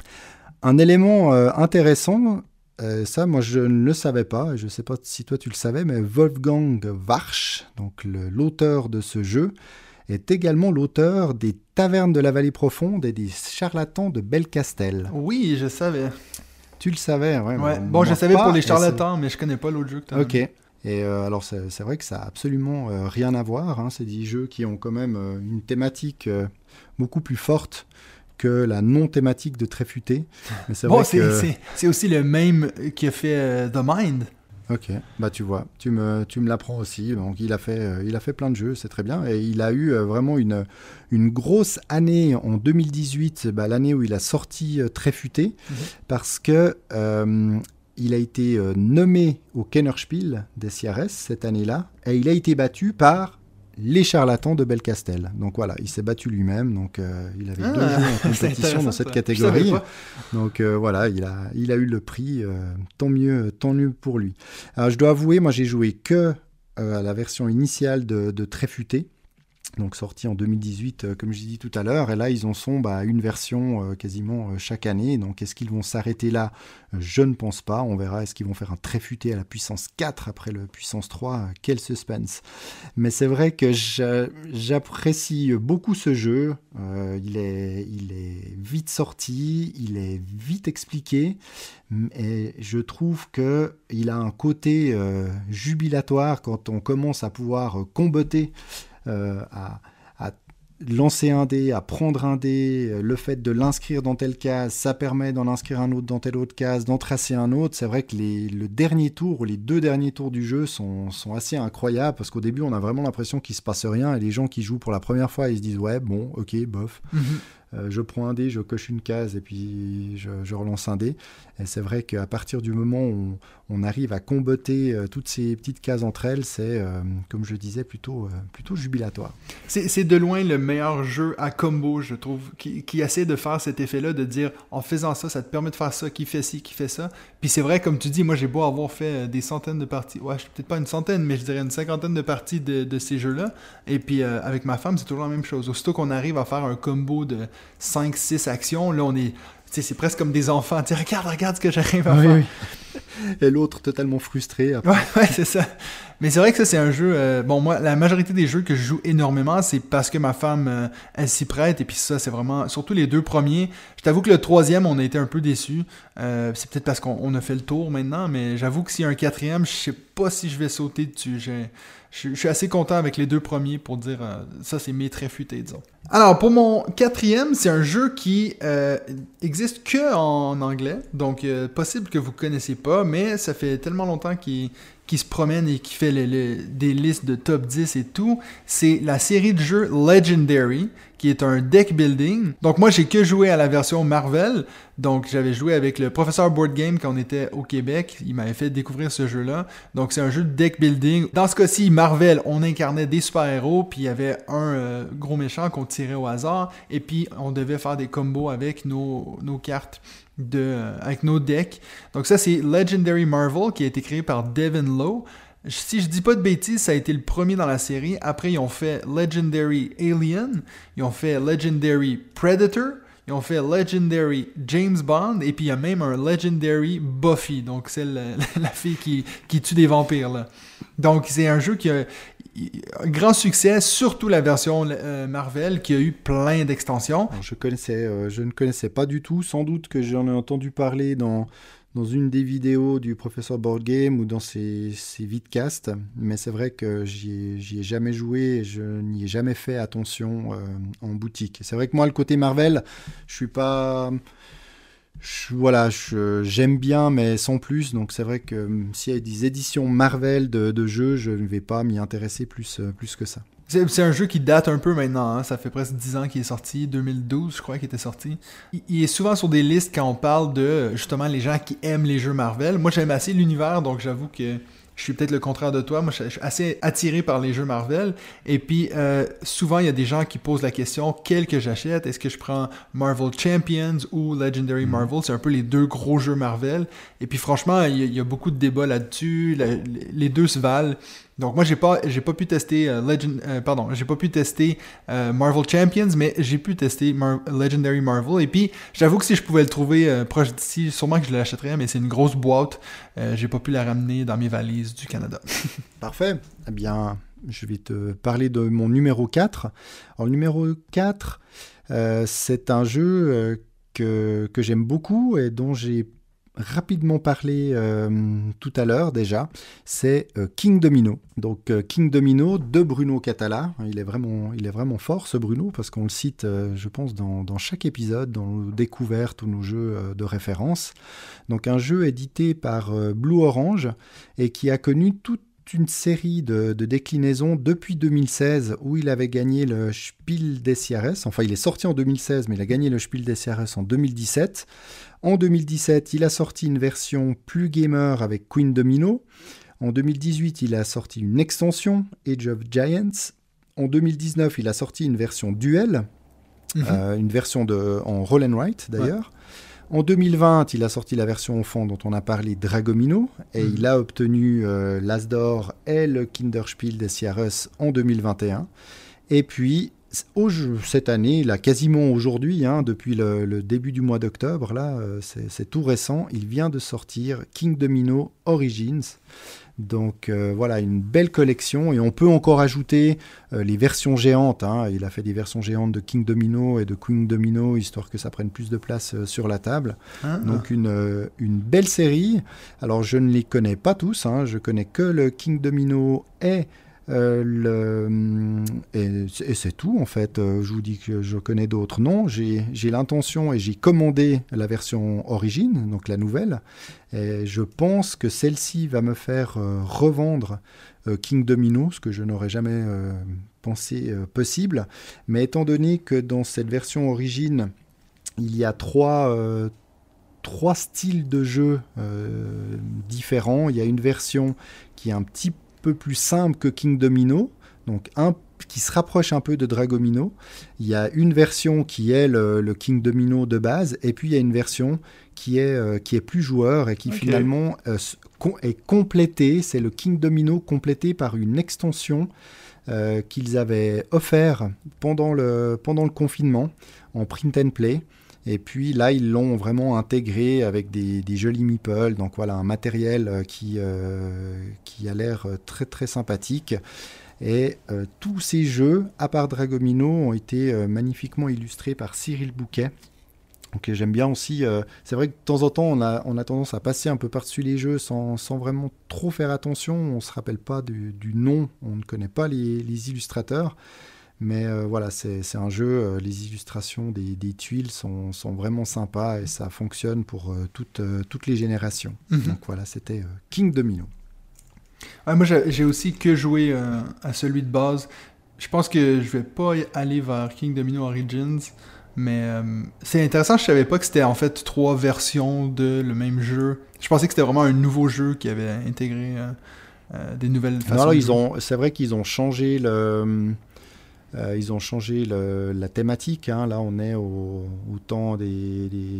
Un élément euh, intéressant... Euh, ça, moi, je ne le savais pas, et je ne sais pas si toi tu le savais, mais Wolfgang Warsch, donc le, l'auteur de ce jeu, est également l'auteur des Tavernes de la Vallée Profonde et des Charlatans de Belcastel. Oui, je savais. Tu le savais, ouais. Ouais. Bon, bon, je savais pas, pour les charlatans, mais je connais pas l'autre jeu que tu as. Ok. Et euh, alors, c'est, c'est vrai que ça n'a absolument euh, rien à voir. Hein. C'est des jeux qui ont quand même euh, une thématique euh, beaucoup plus forte que la non-thématique de Tréfuté. Mais c'est bon, vrai c'est, que... c'est, c'est aussi le même qui a fait euh, The Mind. Ok, bah tu vois, tu me, tu me l'apprends aussi. Donc il a fait, euh, il a fait plein de jeux, c'est très bien. Et il a eu euh, vraiment une, une grosse année en deux mille dix-huit, bah, l'année où il a sorti euh, Tréfuté, mm-hmm. parce que euh, il a été euh, nommé au Kennerspiel des C R S cette année-là, et il a été battu par les Charlatans de Belcastel. Donc voilà, il s'est battu lui-même. Donc euh, il avait ah, deux jeux en compétition dans cette catégorie. Donc euh, voilà, il a, il a eu le prix. Euh, tant mieux, tant mieux pour lui. Alors je dois avouer, moi j'ai joué que euh, à la version initiale de, de Tréfuté. Donc sorti en deux mille dix-huit, euh, comme je dit tout à l'heure, et là ils en sont bah, une version euh, quasiment euh, chaque année. Donc est-ce qu'ils vont s'arrêter là? Je ne pense pas. On verra, est-ce qu'ils vont faire un Tréfuté à la puissance quatre après le puissance trois? Quel suspense. Mais c'est vrai que j'a, j'apprécie beaucoup ce jeu. Euh, il est, il est vite sorti, il est vite expliqué, et je trouve qu'il a un côté euh, jubilatoire quand on commence à pouvoir comboter. Euh, à, à lancer un dé, à prendre un dé, euh, le fait de l'inscrire dans telle case, ça permet d'en inscrire un autre dans telle autre case, d'en tracer un autre. C'est vrai que les, le dernier tour, ou les deux derniers tours du jeu sont, sont assez incroyables, parce qu'au début, on a vraiment l'impression qu'il ne se passe rien, et les gens qui jouent pour la première fois, ils se disent « ouais, bon, ok, bof mm-hmm. ». Euh, je prends un dé, je coche une case et puis je, je relance un dé. Et c'est vrai qu'à partir du moment où on, on arrive à comboter euh, toutes ces petites cases entre elles, c'est, euh, comme je disais, plutôt, euh, plutôt jubilatoire. C'est, c'est de loin le meilleur jeu à combo, je trouve, qui, qui essaie de faire cet effet-là, de dire, en faisant ça, ça te permet de faire ça, qui fait ci, qui fait ça. Puis c'est vrai, comme tu dis, moi j'ai beau avoir fait des centaines de parties, ouais, peut-être pas une centaine, mais je dirais une cinquantaine de parties de, de ces jeux-là. Et puis euh, avec ma femme, c'est toujours la même chose. Aussitôt qu'on arrive à faire un combo de cinq six actions, là on est... Tu sais, c'est presque comme des enfants. Tu sais, regarde, regarde ce que j'arrive à oui, faire. Oui. Et l'autre totalement frustré. Après. Ouais, ouais, c'est ça. Mais c'est vrai que ça, c'est un jeu... Euh, bon, moi, la majorité des jeux que je joue énormément, c'est parce que ma femme, euh, elle s'y prête. Et puis ça, c'est vraiment... Surtout les deux premiers. Je t'avoue que le troisième, on a été un peu déçus. Euh, c'est peut-être parce qu'on on a fait le tour maintenant, mais j'avoue que s'il y a un quatrième, je sais pas si je vais sauter dessus. J'ai... Je, je suis assez content avec les deux premiers pour dire euh, ça, c'est mes traits futés, disons. Alors, pour mon quatrième, c'est un jeu qui euh, existe que en anglais, donc euh, possible que vous ne connaissiez pas, mais ça fait tellement longtemps qu'il, qu'il se promène et qu'il fait le, le, des listes de top dix et tout. C'est la série de jeux Legendary, qui est un deck building. Donc moi, j'ai que joué à la version Marvel. Donc j'avais joué avec le professeur Board Game quand on était au Québec. Il m'avait fait découvrir ce jeu-là. Donc c'est un jeu de deck building. Dans ce cas-ci, Marvel, on incarnait des super-héros, puis il y avait un euh, gros méchant qu'on tirait au hasard, et puis on devait faire des combos avec nos, nos cartes. De, euh, avec nos decks. Donc ça, c'est Legendary Marvel, qui a été créé par Devin Lowe. Si je dis pas de bêtises, ça a été le premier dans la série. Après, ils ont fait Legendary Alien, ils ont fait Legendary Predator, ils ont fait Legendary James Bond, et puis il y a même un Legendary Buffy, donc c'est la, la fille qui, qui tue des vampires, là. Donc c'est un jeu qui a un grand succès, surtout la version euh, Marvel, qui a eu plein d'extensions. Alors, je, connaissais, euh, je ne connaissais pas du tout, sans doute que j'en ai entendu parler dans... dans une des vidéos du professeur Board Game ou dans ses, ses vidcasts, mais c'est vrai que j'y ai, j'y ai jamais joué et je n'y ai jamais fait attention euh, en boutique. C'est vrai que moi, le côté Marvel, je suis pas... Je, voilà, je, j'aime bien, mais sans plus, donc c'est vrai que s'il y a des éditions Marvel de, de jeux, je ne vais pas m'y intéresser plus, plus que ça. C'est, c'est un jeu qui date un peu maintenant, hein. Ça fait presque dix ans qu'il est sorti, deux mille douze je crois qu'il était sorti. Il, il est souvent sur des listes quand on parle de justement les gens qui aiment les jeux Marvel. Moi j'aime assez l'univers, donc j'avoue que je suis peut-être le contraire de toi. Moi je suis assez attiré par les jeux Marvel. Et puis euh, souvent il y a des gens qui posent la question, quel que j'achète? Est-ce que je prends Marvel Champions ou Legendary Marvel? C'est un peu les deux gros jeux Marvel. Et puis franchement, il y a, il y a beaucoup de débats là-dessus. La, les deux se valent. Donc moi j'ai pas j'ai pas pu tester euh, Legend euh, pardon j'ai pas pu tester euh, Marvel Champions, mais j'ai pu tester Mar- Legendary Marvel, et puis j'avoue que si je pouvais le trouver euh, proche d'ici, sûrement que je l'achèterais, mais c'est une grosse boîte, euh, j'ai pas pu la ramener dans mes valises du Canada. Parfait. Eh bien, je vais te parler de mon numéro quatre. Alors le numéro quatre, euh, c'est un jeu euh, que, que j'aime beaucoup et dont j'ai rapidement parlé euh, tout à l'heure déjà, c'est euh, King Domino. Donc euh, King Domino de Bruno Cathala. Il est vraiment, il est vraiment fort ce Bruno, parce qu'on le cite, euh, je pense, dans, dans chaque épisode, dans nos découvertes ou nos jeux euh, de référence. Donc un jeu édité par euh, Blue Orange et qui a connu toute une série de, de déclinaisons depuis deux mille seize, où il avait gagné le Spiel des Jahres. Enfin, il est sorti en deux mille seize, mais il a gagné le Spiel des Jahres en deux mille dix-sept. En deux mille dix-sept, il a sorti une version plus gamer avec Queen Domino. En deux mille dix-huit, il a sorti une extension, Age of Giants. En deux mille dix-neuf, il a sorti une version duel, mm-hmm. euh, une version de, en roll and write d'ailleurs. Ouais. En deux mille vingt, il a sorti la version enfant dont on a parlé, Dragomino, et mm. il a obtenu euh, l'As d'or et le Kinderspiel des Jahres en deux mille vingt et un. Et puis, au jeu, cette année, là, quasiment aujourd'hui, hein, depuis le, le début du mois d'octobre, là, euh, c'est, c'est tout récent, il vient de sortir King Domino Origins. Donc euh, voilà, une belle collection, et on peut encore ajouter euh, les versions géantes, hein. Il a fait des versions géantes de King Domino et de Queen Domino, histoire que ça prenne plus de place euh, sur la table. Ah, Donc une, euh, une belle série. Alors je ne les connais pas tous, hein. Je connais que le King Domino et Euh, le, et, et c'est tout en fait. Euh, je vous dis que je connais d'autres. Non, j'ai, j'ai l'intention et j'ai commandé la version origine, donc la nouvelle. Et je pense que celle-ci va me faire euh, revendre euh, King Domino, ce que je n'aurais jamais euh, pensé euh, possible. Mais étant donné que dans cette version origine, il y a trois, euh, trois styles de jeu euh, différents. Il y a une version qui est un petit peu peu plus simple que King Domino, donc un qui se rapproche un peu de Dragomino. Il y a une version qui est le, le King Domino de base, et puis il y a une version qui est, euh, qui est plus joueur et qui okay. finalement euh, est complétée. C'est le King Domino complété par une extension euh, qu'ils avaient offert pendant le, pendant le confinement en print and play. Et puis là, ils l'ont vraiment intégré avec des, des jolis meeples. Donc voilà, un matériel qui, euh, qui a l'air très très sympathique. Et euh, tous ces jeux, à part Dragomino, ont été euh, magnifiquement illustrés par Cyril Bouquet. Donc j'aime bien aussi. Euh, c'est vrai que de temps en temps, on a, on a tendance à passer un peu par-dessus les jeux sans, sans vraiment trop faire attention. On ne se rappelle pas du, du nom, on ne connaît pas les, les illustrateurs. Mais euh, voilà, c'est, c'est un jeu, euh, les illustrations des, des tuiles sont, sont vraiment sympas et ça fonctionne pour euh, toutes, euh, toutes les générations. Mm-hmm. Donc voilà, c'était euh, King Domino. Ouais, moi, j'ai, j'ai aussi que joué euh, à celui de base. Je pense que je vais pas aller vers King Domino Origins, mais euh, c'est intéressant, je savais pas que c'était en fait trois versions de le même jeu. Je pensais que c'était vraiment un nouveau jeu qui avait intégré euh, euh, des nouvelles façons non, alors, de ils jouer. ont, c'est vrai qu'ils ont changé le... Euh, ils ont changé le, la thématique. Hein. Là, on est au, au temps des, des,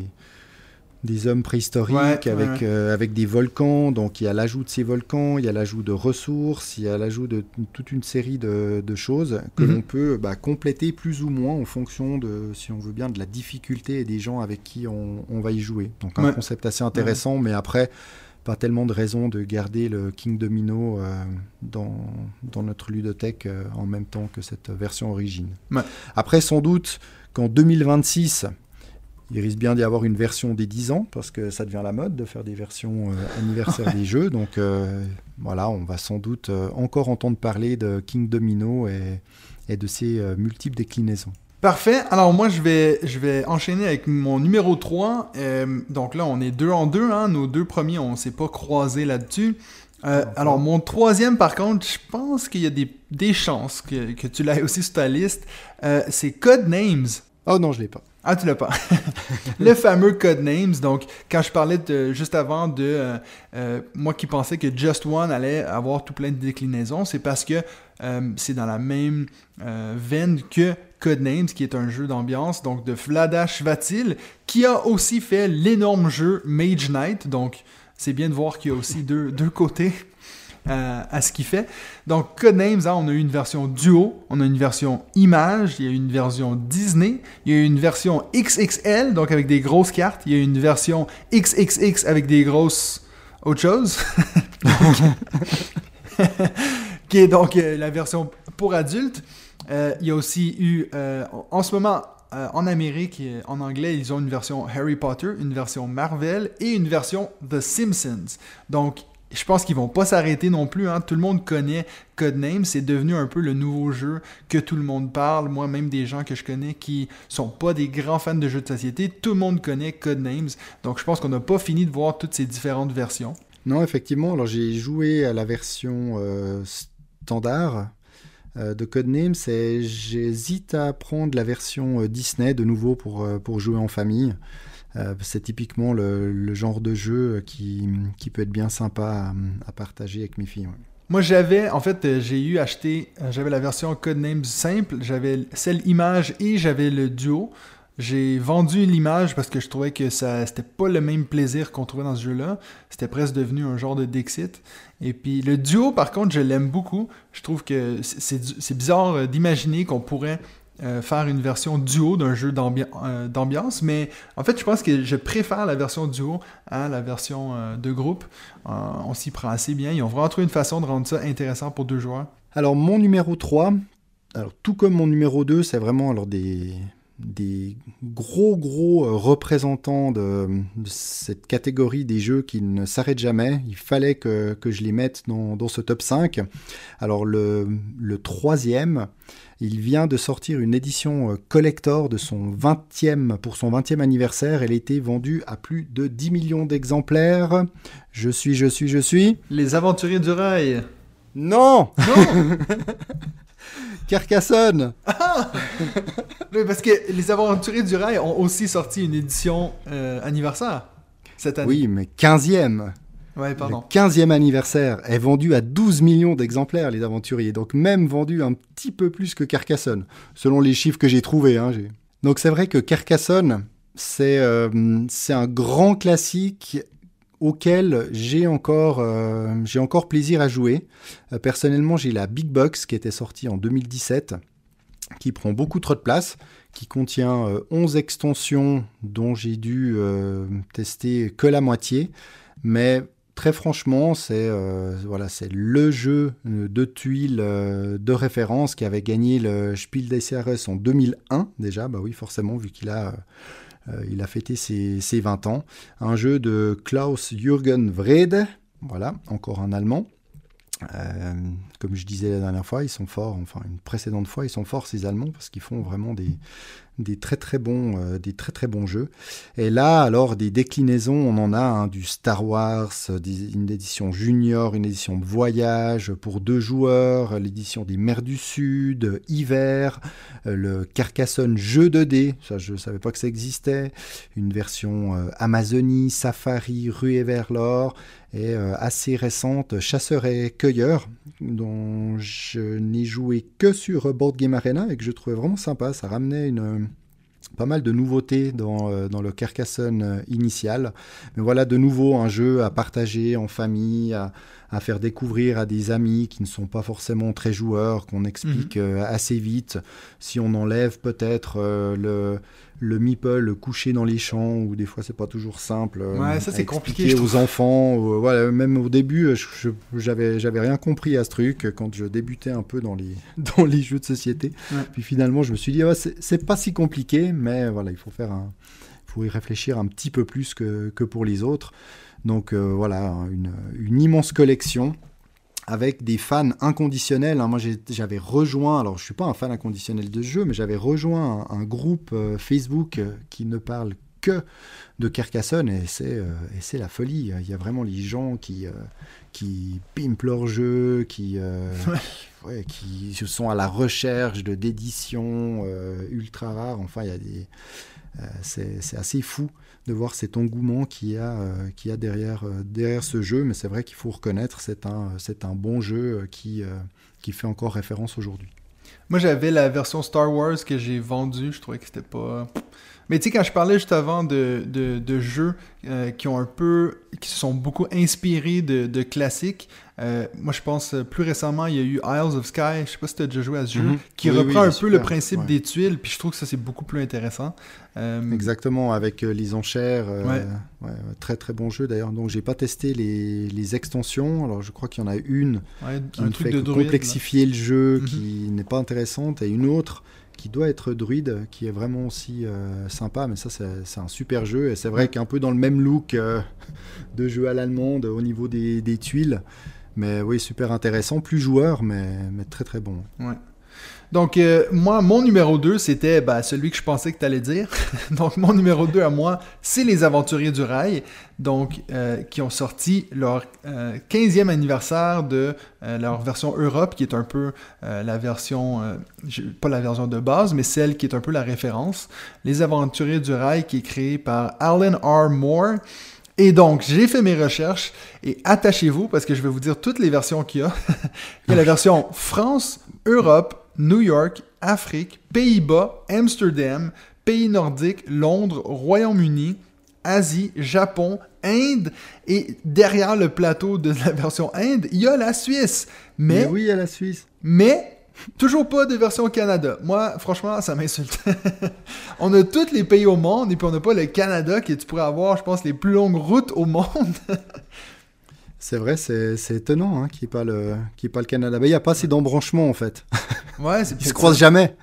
des hommes préhistoriques ouais, avec, ouais. Euh, avec des volcans. Donc, il y a l'ajout de ces volcans, il y a l'ajout de ressources, il y a l'ajout de toute une série de, de choses que mm-hmm. l'on peut bah, compléter plus ou moins en fonction de, si on veut bien, de la difficulté et des gens avec qui on, on va y jouer. Donc, un ouais. concept assez intéressant, ouais. mais après... pas tellement de raison de garder le King Domino euh, dans, dans notre ludothèque euh, en même temps que cette version origine. Ouais. Après, sans doute qu'en deux mille vingt-six, il risque bien d'y avoir une version des dix ans, parce que ça devient la mode de faire des versions euh, anniversaires des jeux. Donc euh, voilà, on va sans doute euh, encore entendre parler de King Domino et, et de ses euh, multiples déclinaisons. Parfait. Alors moi, je vais, je vais enchaîner avec mon numéro trois. Euh, donc là, on est deux en deux. Hein. Nos deux premiers, on ne s'est pas croisés là-dessus. Euh, okay. Alors mon troisième, par contre, je pense qu'il y a des, des chances que, que tu l'aies aussi sur ta liste. Euh, c'est Codenames. Oh non, je ne l'ai pas. Ah, tu l'as pas. Le fameux Codenames. Donc, quand je parlais de, juste avant de euh, euh, moi qui pensais que Just One allait avoir tout plein de déclinaisons, c'est parce que euh, c'est dans la même euh, veine que Codenames, qui est un jeu d'ambiance, donc de Vlaada Chvátil, qui a aussi fait l'énorme jeu Mage Knight. Donc, c'est bien de voir qu'il y a aussi deux, deux côtés euh, à ce qu'il fait. Donc, Codenames, hein, on a eu une version duo, on a une version image, il y a eu une version Disney, il y a eu une version X X L, donc avec des grosses cartes, il y a eu une version X X X avec des grosses autre chose, qui est donc euh, la version pour adultes. Euh, il y a aussi eu, euh, en ce moment, euh, en Amérique, en anglais, ils ont une version Harry Potter, une version Marvel et une version The Simpsons. Donc, je pense qu'ils vont pas s'arrêter non plus. Hein. Tout le monde connaît Codenames. C'est devenu un peu le nouveau jeu que tout le monde parle. Moi, même des gens que je connais qui sont pas des grands fans de jeux de société, tout le monde connaît Codenames. Donc, je pense qu'on n'a pas fini de voir toutes ces différentes versions. Non, effectivement. Alors, j'ai joué à la version euh, standard de Codenames, et j'hésite à prendre la version euh, Disney de nouveau pour, euh, pour jouer en famille. Euh, c'est typiquement le, le genre de jeu qui, qui peut être bien sympa à, à partager avec mes filles. Ouais. Moi, j'avais, en fait, j'ai eu acheté, j'avais la version Codenames simple, j'avais celle image et j'avais le duo. J'ai vendu l'image parce que je trouvais que ça c'était pas le même plaisir qu'on trouvait dans ce jeu-là. C'était presque devenu un genre de Dixit. Et puis le duo, par contre, je l'aime beaucoup. Je trouve que c'est, c'est bizarre d'imaginer qu'on pourrait euh, faire une version duo d'un jeu d'ambi- euh, d'ambiance, mais en fait, je pense que je préfère la version duo à la version euh, de groupe. Euh, on s'y prend assez bien. Ils ont vraiment trouvé une façon de rendre ça intéressant pour deux joueurs. Alors, mon numéro trois, alors, tout comme mon numéro deux, c'est vraiment alors des... des gros gros représentants de, de cette catégorie des jeux qui ne s'arrêtent jamais. Il fallait que, que je les mette dans, dans ce top cinq. Alors le, le troisième, il vient de sortir une édition collector de son vingtième, pour son vingtième anniversaire. Elle a été vendue à plus de dix millions d'exemplaires. Je suis, je suis, je suis... Les Aventuriers du Rail. Non. Non. Carcassonne. Ah. Oui, parce que les Aventuriers du Rail ont aussi sorti une édition euh, anniversaire cette année. Oui, mais quinzième. Ouais, pardon. Le quinzième anniversaire est vendu à douze millions d'exemplaires, les Aventuriers. Donc même vendu un petit peu plus que Carcassonne, selon les chiffres que j'ai trouvés. Hein, j'ai... Donc c'est vrai que Carcassonne, c'est, euh, c'est un grand classique auquel j'ai encore, euh, j'ai encore plaisir à jouer. Euh, personnellement, j'ai la Big Box qui était sortie en deux mille dix-sept, qui prend beaucoup trop de place, qui contient euh, onze extensions dont j'ai dû euh, tester que la moitié. Mais très franchement, c'est, euh, voilà, c'est le jeu de tuiles euh, de référence qui avait gagné le Spiel des Jahres en deux mille un déjà. Bah oui, forcément, vu qu'il a... Euh, Euh, il a fêté ses, ses vingt ans. Un jeu de Klaus-Jürgen Wrede, voilà, encore un Allemand. Euh, comme je disais la dernière fois, ils sont forts, enfin une précédente fois, ils sont forts ces Allemands parce qu'ils font vraiment des, des, très, très bons, euh, des très très bons jeux. Et là, alors, des déclinaisons, on en a hein, du Star Wars, des, une édition junior, une édition de voyage pour deux joueurs, l'édition des mers du Sud, hiver, euh, le Carcassonne jeu deux D, ça je ne savais pas que ça existait, une version euh, Amazonie, Safari, Ruée vers l'or, et euh, assez récente, Chasseur et Cueilleur, dont je n'ai joué que sur Board Game Arena et que je trouvais vraiment sympa. Ça ramenait une, pas mal de nouveautés dans, euh, dans le Carcassonne initial. Mais voilà, de nouveau, un jeu à partager en famille, à, à faire découvrir à des amis qui ne sont pas forcément très joueurs, qu'on explique mmh. euh, assez vite. Si on enlève peut-être euh, le... le meeple couché dans les champs, où des fois c'est pas toujours simple euh, ouais, ça, c'est compliqué, aux enfants. Euh, voilà, même au début, je, je, j'avais, j'avais rien compris à ce truc quand je débutais un peu dans les, dans les jeux de société. Ouais. Puis finalement, je me suis dit, ouais, c'est, c'est pas si compliqué, mais voilà, il faut faire un, faut y réfléchir un petit peu plus que, que pour les autres. Donc euh, voilà, une, une immense collection. Avec des fans inconditionnels. Hein. Moi, j'ai, j'avais rejoint, alors je ne suis pas un fan inconditionnel de jeu, mais j'avais rejoint un, un groupe euh, Facebook euh, qui ne parle que de Carcassonne, et c'est, euh, et c'est la folie. Il y a vraiment les gens qui, euh, qui pimpent leur jeu, qui, euh, ouais. Ouais, qui sont à la recherche de, d'éditions euh, ultra rares. Enfin, il y a des... Euh, c'est, c'est assez fou de voir cet engouement qu'il y a, euh, qu'il y a derrière, euh, derrière ce jeu, mais c'est vrai qu'il faut reconnaître, c'est un, c'est un bon jeu qui, euh, qui fait encore référence aujourd'hui. Moi, j'avais la version Star Wars que j'ai vendue, je trouvais que c'était pas... Mais tu sais, quand je parlais juste avant de, de, de jeux euh, qui ont un peu... qui se sont beaucoup inspirés de, de classiques, euh, moi je pense plus récemment, il y a eu Isles of Sky, je sais pas si tu as déjà joué à ce jeu, mm-hmm. qui oui, reprend oui, un peu super. Le principe ouais. des tuiles, puis je trouve que ça c'est beaucoup plus intéressant. Euh... Exactement, avec euh, les enchères, euh, ouais. Ouais, très très bon jeu d'ailleurs. Donc j'ai pas testé les, les extensions, alors je crois qu'il y en a une ouais, qui me fait que druide, complexifier là. Le jeu, mm-hmm. qui n'est pas intéressante, et une autre qui doit être druide, qui est vraiment aussi euh, sympa, mais ça c'est, c'est un super jeu, et c'est vrai qu'un peu dans le même look euh, de jeu à l'allemande au niveau des, des tuiles, mais oui, super intéressant, plus joueur, mais, mais très très bon. Ouais. Donc, euh, moi, mon numéro deux, c'était bah, celui que je pensais que tu allais dire. Donc, mon numéro deux à moi, c'est Les Aventuriers du Rail, donc, euh, qui ont sorti leur euh, quinzième anniversaire de euh, leur version Europe, qui est un peu euh, la version, euh, pas la version de base, mais celle qui est un peu la référence. Les Aventuriers du Rail, qui est créé par Alan R. Moore. Et donc, j'ai fait mes recherches, et attachez-vous, parce que je vais vous dire toutes les versions qu'il y a. Il y a la version France, Europe, New York, Afrique, Pays-Bas, Amsterdam, Pays nordiques, Londres, Royaume-Uni, Asie, Japon, Inde, et derrière le plateau de la version Inde, il y a la Suisse. Mais, mais oui, il y a la Suisse. Mais toujours pas de version Canada. Moi, franchement, ça m'insulte. On a tous les pays au monde, et puis on n'a pas le Canada, qui tu pourrais avoir, je pense, les plus longues routes au monde. C'est vrai, c'est, c'est étonnant hein, qu'il n'y ait pas le, qu'il y ait pas le Canada. Il n'y a pas assez d'embranchements en fait. Ouais, c'est Ils se croisent jamais.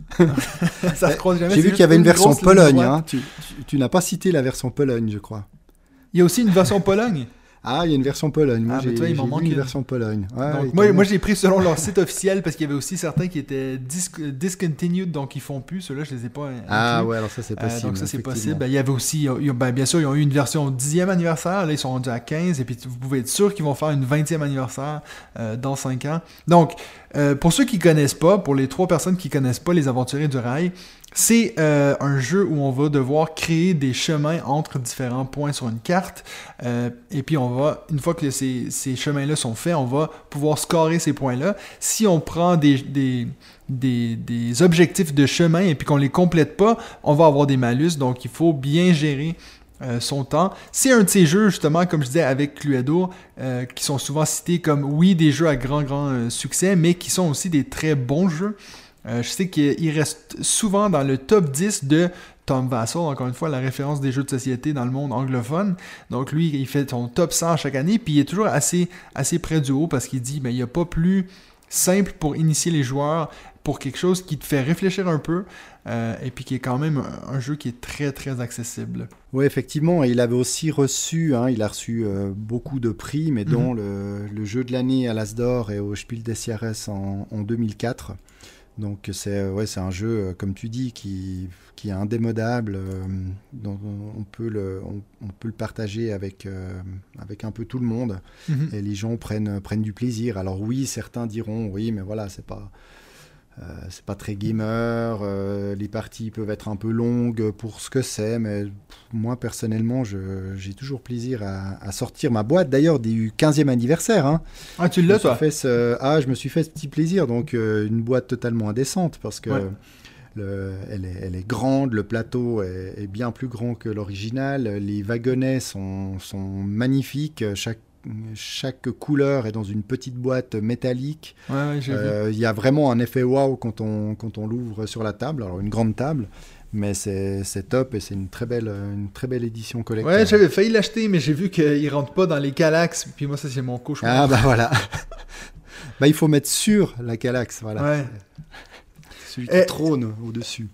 Ça se croise jamais. J'ai c'est vu qu'il y avait une version grosse ligne Pologne. droite. Hein. Tu, tu, tu n'as pas cité la version Pologne, je crois. Il y a aussi une version Pologne. Ah, il y a une version Pologne. Moi, Ah, mais j'ai, toi, il m'en j'ai manque vu une une. version Pologne. Ouais, Donc, il moi, t'en moi manque. j'ai pris selon leur site officiel parce qu'il y avait aussi certains qui étaient dis- discontinued, donc ils font plus. Ceux-là, je les ai pas inclus. Ah ouais, alors ça c'est Euh, possible. donc ça c'est effectivement. possible. Ben, il y avait aussi, ils ont- ben, bien sûr, ils ont eu une version au dixième anniversaire, là ils sont rendus à quinze, et puis vous pouvez être sûr qu'ils vont faire une vingtième anniversaire euh, dans cinq ans. Donc, euh, pour ceux qui connaissent pas, pour les trois personnes qui connaissent pas les Aventuriers du Rail, c'est euh, un jeu où on va devoir créer des chemins entre différents points sur une carte. Euh, et puis on va, une fois que ces, ces chemins-là sont faits, on va pouvoir scorer ces points-là. Si on prend des, des, des, des objectifs de chemin et puis qu'on les complète pas, on va avoir des malus. Donc il faut bien gérer euh, son temps. C'est un de ces jeux, justement, comme je disais, avec Cluedo, euh, qui sont souvent cités comme, oui, des jeux à grand, grand euh, succès, mais qui sont aussi des très bons jeux. Euh, je sais qu'il reste souvent dans le top dix de Tom Vassell, encore une fois, la référence des jeux de société dans le monde anglophone. Donc lui, il fait son top cent chaque année, puis il est toujours assez, assez près du haut parce qu'il dit ben, il n'y a pas plus simple pour initier les joueurs pour quelque chose qui te fait réfléchir un peu euh, et puis qui est quand même un, un jeu qui est très, très accessible. Oui, effectivement, et il avait aussi reçu, hein, il a reçu euh, beaucoup de prix, mais dont Mhm. le, le jeu de l'année à l'As d'Or et au Spiel des Jahres en, en deux mille quatre. Donc c'est ouais, c'est un jeu, euh, comme tu dis, qui, qui est indémodable, euh, dont on peut le, on, on peut le partager avec, euh, avec un peu tout le monde, Mhm. et les gens prennent, prennent du plaisir. Alors oui, certains diront, oui, mais voilà, c'est pas... Euh, c'est pas très gamer, euh, les parties peuvent être un peu longues pour ce que c'est, mais pff, moi personnellement je, j'ai toujours plaisir à, à sortir ma boîte, d'ailleurs du quinzième anniversaire. Hein. Ah, tu Je me l'as, suis toi? fait ce... Ah, je me suis fait ce petit plaisir, donc euh, une boîte totalement indécente parce que Ouais. le, elle, est, elle est grande, le plateau est, est bien plus grand que l'original, les wagonnets sont, sont magnifiques, chaque chaque couleur est dans une petite boîte métallique. Ouais, ouais, j'ai vu. Euh, Il y a vraiment un effet waouh quand on, quand on l'ouvre sur la table. Alors, une grande table, mais c'est, c'est top et c'est une très belle, une très belle édition collector. Ouais, j'avais failli l'acheter, mais j'ai vu qu'il rentre pas dans les Kallax, puis moi, ça, c'est mon cauchemar. Ah, bah voilà. Bah, il faut mettre sur la Kallax. Voilà. Ouais. Celui qui Et- trône au-dessus.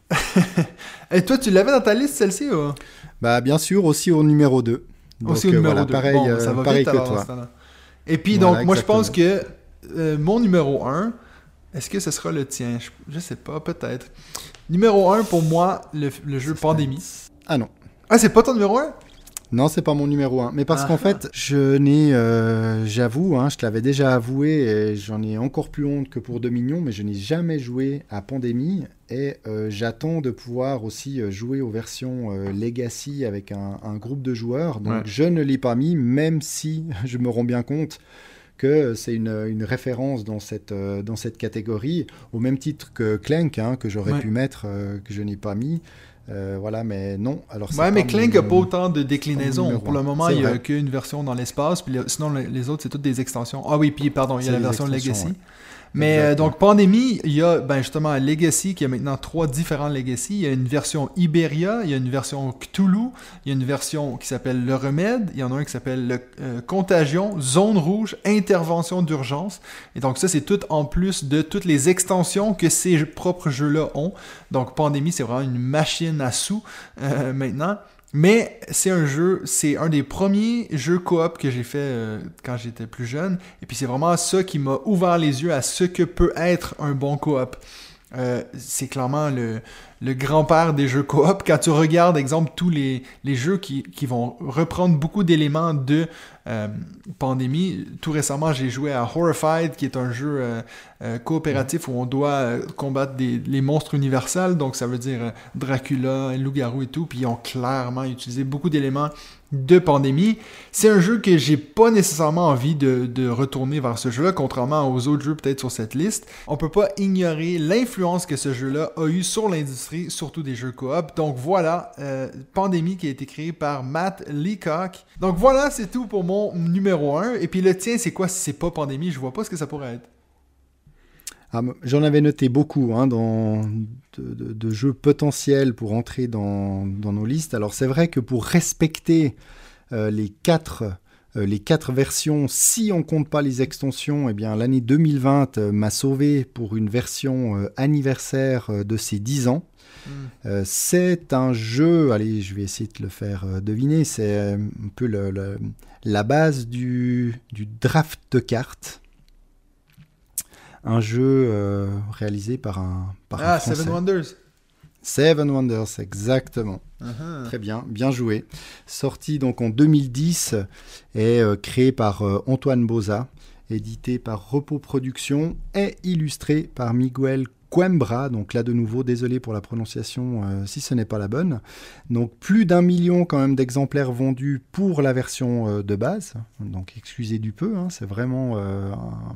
Et toi, tu l'avais dans ta liste, celle-ci, ou? Bah, bien sûr, aussi au numéro deux. Donc, Aussi au euh, numéro voilà, deux. pareil, Bon, euh, ça va pareil vite, que alors, dans toi. ce temps-là. Et puis, Voilà, donc, moi, je pense exactement. que euh, mon numéro un, est-ce que ce sera le tien? Je, je sais pas, peut-être. Numéro un, pour moi, le, le jeu Pandémie. Ah non. Ah, c'est pas ton numéro un? Non, c'est pas mon numéro un. Mais parce Ah. qu'en fait, je n'ai, euh, j'avoue, hein, je te l'avais déjà avoué et j'en ai encore plus honte que pour Dominion, mais je n'ai jamais joué à Pandémie et euh, j'attends de pouvoir aussi euh, jouer aux versions euh, Legacy avec un, un groupe de joueurs. Donc Ouais. je ne l'ai pas mis, même si je me rends bien compte que c'est une, une référence dans cette, euh, dans cette catégorie, au même titre que Clank, hein, que j'aurais Ouais. pu mettre, euh, que je n'ai pas mis. Euh, voilà, mais non. Alors, c'est Ouais, mais pas Clank mon- n'a pas autant de c'est pas déclinaisons. mon numéro Pour le un. moment, C'est il n'y a vrai. qu'une version dans l'espace, puis le- sinon, le- les autres, c'est toutes des extensions. Ah oui, puis pardon, il y a C'est la des version extensions, Legacy. ouais. Mais euh, Exactement. donc, Pandémie, il y a ben, justement Legacy, qui a maintenant trois différents Legacy. Il y a une version Iberia, il y a une version Cthulhu, il y a une version qui s'appelle Le Remède, il y en a un qui s'appelle le, euh, Contagion, Zone Rouge, Intervention d'urgence. Et donc ça, c'est tout en plus de toutes les extensions que ces propres jeux-là ont. Donc Pandémie, c'est vraiment une machine à sous euh, maintenant. Mais c'est un jeu, c'est un des premiers jeux coop que j'ai fait euh, quand j'étais plus jeune. Et puis c'est vraiment ça qui m'a ouvert les yeux à ce que peut être un bon coop. Euh, c'est clairement le, le grand-père des jeux coop. Quand tu regardes, exemple, tous les, les jeux qui, qui vont reprendre beaucoup d'éléments de euh, Pandémie. Tout récemment, j'ai joué à Horrified, qui est un jeu euh, euh, coopératif où on doit euh, combattre des, les monstres universels. Donc ça veut dire euh, Dracula, loup-garou et tout. Puis ils ont clairement utilisé beaucoup d'éléments de Pandémie. C'est un jeu que j'ai pas nécessairement envie de, de retourner vers ce jeu-là, contrairement aux autres jeux peut-être sur cette liste. On peut pas ignorer l'influence que ce jeu-là a eu sur l'industrie, surtout des jeux coop. Donc voilà, euh, Pandémie qui a été créé par Matt Leacock. Donc voilà, c'est tout pour mon numéro un. Et puis le tien, c'est quoi si c'est pas Pandémie? Je vois pas ce que ça pourrait être. Ah, j'en avais noté beaucoup hein, dans, de, de, de jeux potentiels pour entrer dans, dans nos listes. Alors c'est vrai que pour respecter euh, les quatre euh, les quatre versions, si on compte pas les extensions, eh bien l'année deux mille vingt euh, m'a sauvé pour une version euh, anniversaire euh, de ses dix ans. Mm. Euh, c'est un jeu, allez, je vais essayer de le faire euh, deviner, c'est euh, un peu le, le, la base du, du draft de cartes. Un jeu euh, réalisé par un, par ah, un Français. Seven Wonders. Seven Wonders, exactement. Uh-huh. Très bien, bien joué. Sorti donc en deux mille dix et euh, créé par euh, Antoine Boza, édité par Repos Productions et illustré par Miguel Coimbra. Donc là de nouveau, désolé pour la prononciation euh, si ce n'est pas la bonne. Donc plus d'un million quand même d'exemplaires vendus pour la version euh, de base. Donc excusez du peu, hein, c'est vraiment euh,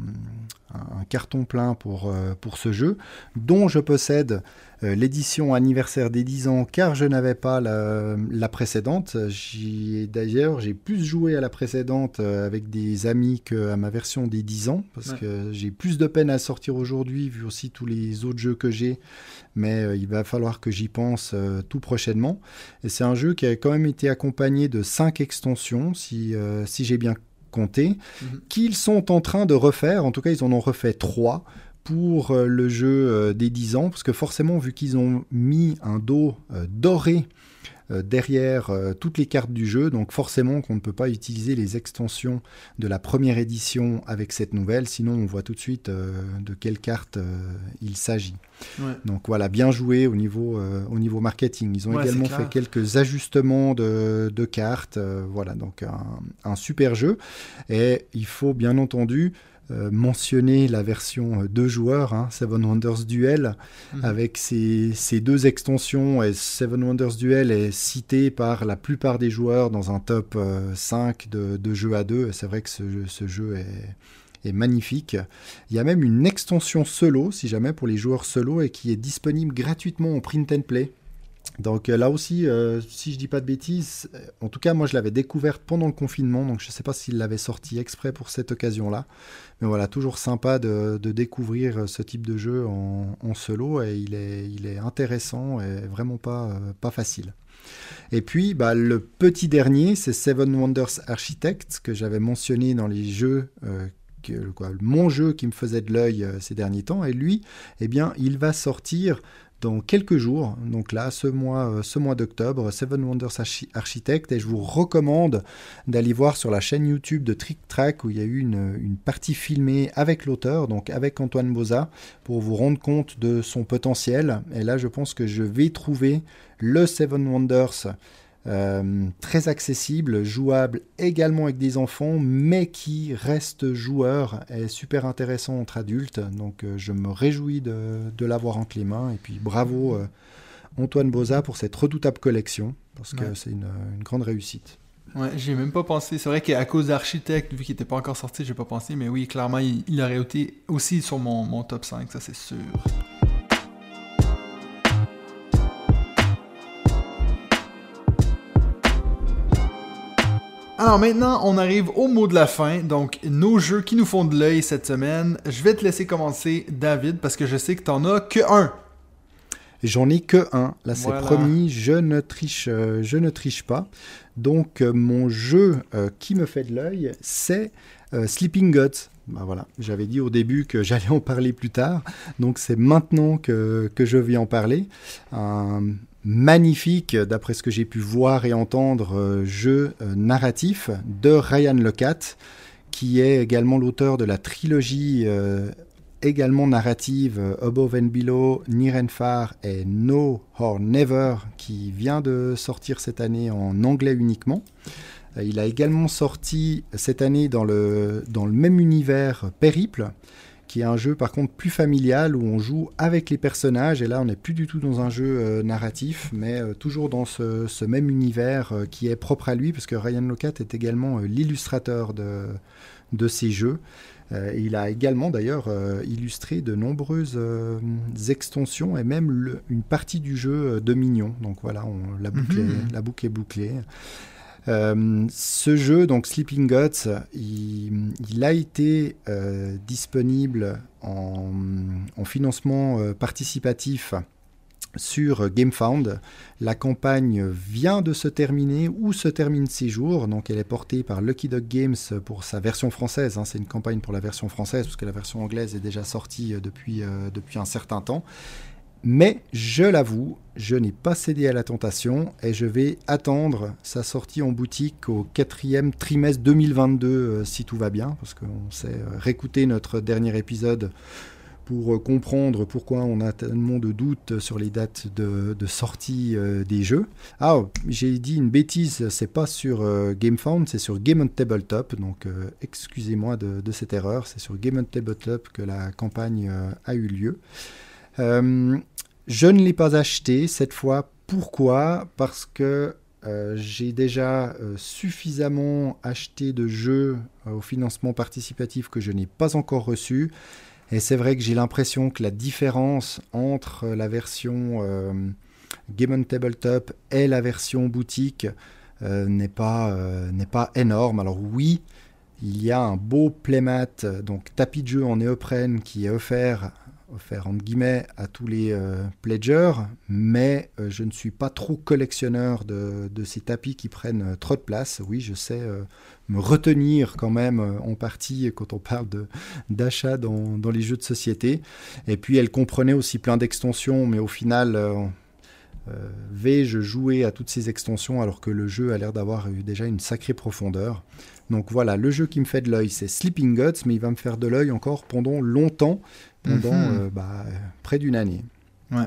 un, un carton plein pour, euh, pour ce jeu, dont je possède euh, l'édition anniversaire des dix ans car je n'avais pas la, la précédente. J'y, d'ailleurs, j'ai plus joué à la précédente euh, avec des amis qu'à ma version des dix ans parce ouais. que j'ai plus de peine à sortir aujourd'hui vu aussi tous les autres jeux que j'ai, mais euh, il va falloir que j'y pense euh, tout prochainement. Et c'est un jeu qui a quand même été accompagné de cinq extensions, si, euh, si j'ai bien compté, mm-hmm. qu'ils sont en train de refaire. En tout cas, ils en ont refait trois pour euh, le jeu euh, des dix ans, parce que forcément, vu qu'ils ont mis un dos euh, doré euh, derrière euh, toutes les cartes du jeu, donc forcément qu'on ne peut pas utiliser les extensions de la première édition avec cette nouvelle, sinon on voit tout de suite euh, de quelle carte euh, il s'agit. Ouais. Donc voilà, bien joué au niveau, euh, au niveau marketing. Ils ont ouais, également fait quelques ajustements de, de cartes, euh, voilà, donc un, un super jeu. Et il faut bien entendu Euh, mentionner la version deux joueurs, hein, Seven Wonders Duel, mmh. avec ses, ses deux extensions. Et Seven Wonders Duel est cité par la plupart des joueurs dans un top euh, cinq de, de jeux à deux. Et c'est vrai que ce, ce jeu est, est magnifique. Il y a même une extension solo, si jamais, pour les joueurs solo, et qui est disponible gratuitement en print and play. Donc là aussi, euh, si je dis pas de bêtises, en tout cas moi je l'avais découverte pendant le confinement, donc je sais pas s'il l'avait sorti exprès pour cette occasion-là, mais voilà, toujours sympa de, de découvrir ce type de jeu en, en solo, et il est, il est intéressant et vraiment pas, euh, pas facile. Et puis bah, le petit dernier, c'est Seven Wonders Architect, que j'avais mentionné dans les jeux euh, que, quoi, mon jeu qui me faisait de l'œil euh, ces derniers temps, et lui, eh bien, il va sortir dans quelques jours, donc là, ce mois, ce mois d'octobre, Seven Wonders Architect, et je vous recommande d'aller voir sur la chaîne YouTube de Trick Track où il y a eu une, une partie filmée avec l'auteur, donc avec Antoine Boza, pour vous rendre compte de son potentiel. Et là, je pense que je vais trouver le Seven Wonders Euh, très accessible, jouable également avec des enfants, mais qui reste joueur et super intéressant entre adultes. Donc euh, je me réjouis de, de l'avoir entre les mains. Et puis bravo euh, Antoine Boza pour cette redoutable collection, parce que ouais. c'est une, une grande réussite. Ouais, j'ai même pas pensé. C'est vrai qu'à cause d'Architect, vu qu'il n'était pas encore sorti, j'ai pas pensé. Mais oui, clairement, il, il aurait été aussi sur mon, mon top cinq, ça c'est sûr. Alors maintenant, on arrive au mot de la fin, donc nos jeux qui nous font de l'œil cette semaine. Je vais te laisser commencer, David, parce que je sais que t'en as que un. J'en ai que un, là c'est voilà. Promis, je ne triche, euh, je ne triche pas. Donc euh, mon jeu euh, qui me fait de l'œil, c'est euh, Sleeping Gods. Ben voilà, j'avais dit au début que j'allais en parler plus tard, donc c'est maintenant que, que je vais en parler. Un magnifique, d'après ce que j'ai pu voir et entendre, euh, jeu euh, narratif de Ryan Lecat, qui est également l'auteur de la trilogie euh, également narrative euh, Above and Below, Near and Far et No or Never, qui vient de sortir cette année en anglais uniquement. Euh, il a également sorti cette année dans le, dans le même univers Périple, qui est un jeu par contre plus familial où on joue avec les personnages, et là on n'est plus du tout dans un jeu euh, narratif, mais euh, toujours dans ce, ce même univers euh, qui est propre à lui, parce que Ryan Lecat est également euh, l'illustrateur de, de ces jeux. Euh, et il a également d'ailleurs euh, illustré de nombreuses euh, extensions et même le, une partie du jeu de Mignon. Donc voilà, on, la, boucle mm-hmm. est, la boucle est bouclée. Euh, ce jeu, donc Sleeping Gods, il, il a été euh, disponible en, en financement euh, participatif sur GameFound. La campagne vient de se terminer ou se termine six jours, donc elle est portée par Lucky Duck Games pour sa version française, hein. C'est une campagne pour la version française, parce que la version anglaise est déjà sortie depuis, euh, depuis un certain temps. Mais je l'avoue, je n'ai pas cédé à la tentation et je vais attendre sa sortie en boutique au quatrième trimestre deux mille vingt-deux, euh, si tout va bien, parce qu'on s'est réécouté notre dernier épisode pour comprendre pourquoi on a tellement de doutes sur les dates de, de sortie euh, des jeux. Ah, j'ai dit une bêtise, c'est pas sur euh, GameFound, c'est sur Game on Tabletop, donc euh, excusez-moi de, de cette erreur, c'est sur Game on Tabletop que la campagne euh, a eu lieu. Euh, je ne l'ai pas acheté cette fois, pourquoi ? Parce que euh, j'ai déjà euh, suffisamment acheté de jeux euh, au financement participatif que je n'ai pas encore reçu. Et c'est vrai que j'ai l'impression que la différence entre la version euh, Game on Tabletop et la version boutique euh, n'est pas, euh, n'est pas énorme. Alors oui, il y a un beau playmat, donc tapis de jeu en néoprène qui est offert, offert entre guillemets à tous les euh, pledgers, mais euh, je ne suis pas trop collectionneur de, de ces tapis qui prennent euh, trop de place. Oui, je sais euh, me retenir quand même euh, en partie quand on parle de, d'achat dans, dans les jeux de société. Et puis elle comprenait aussi plein d'extensions, mais au final, euh, euh, vais-je jouer à toutes ces extensions alors que le jeu a l'air d'avoir eu déjà une sacrée profondeur. Donc voilà, le jeu qui me fait de l'œil, c'est Sleeping Gods, mais il va me faire de l'œil encore pendant longtemps, pendant mm-hmm. euh, bah, près d'une année. Ouais.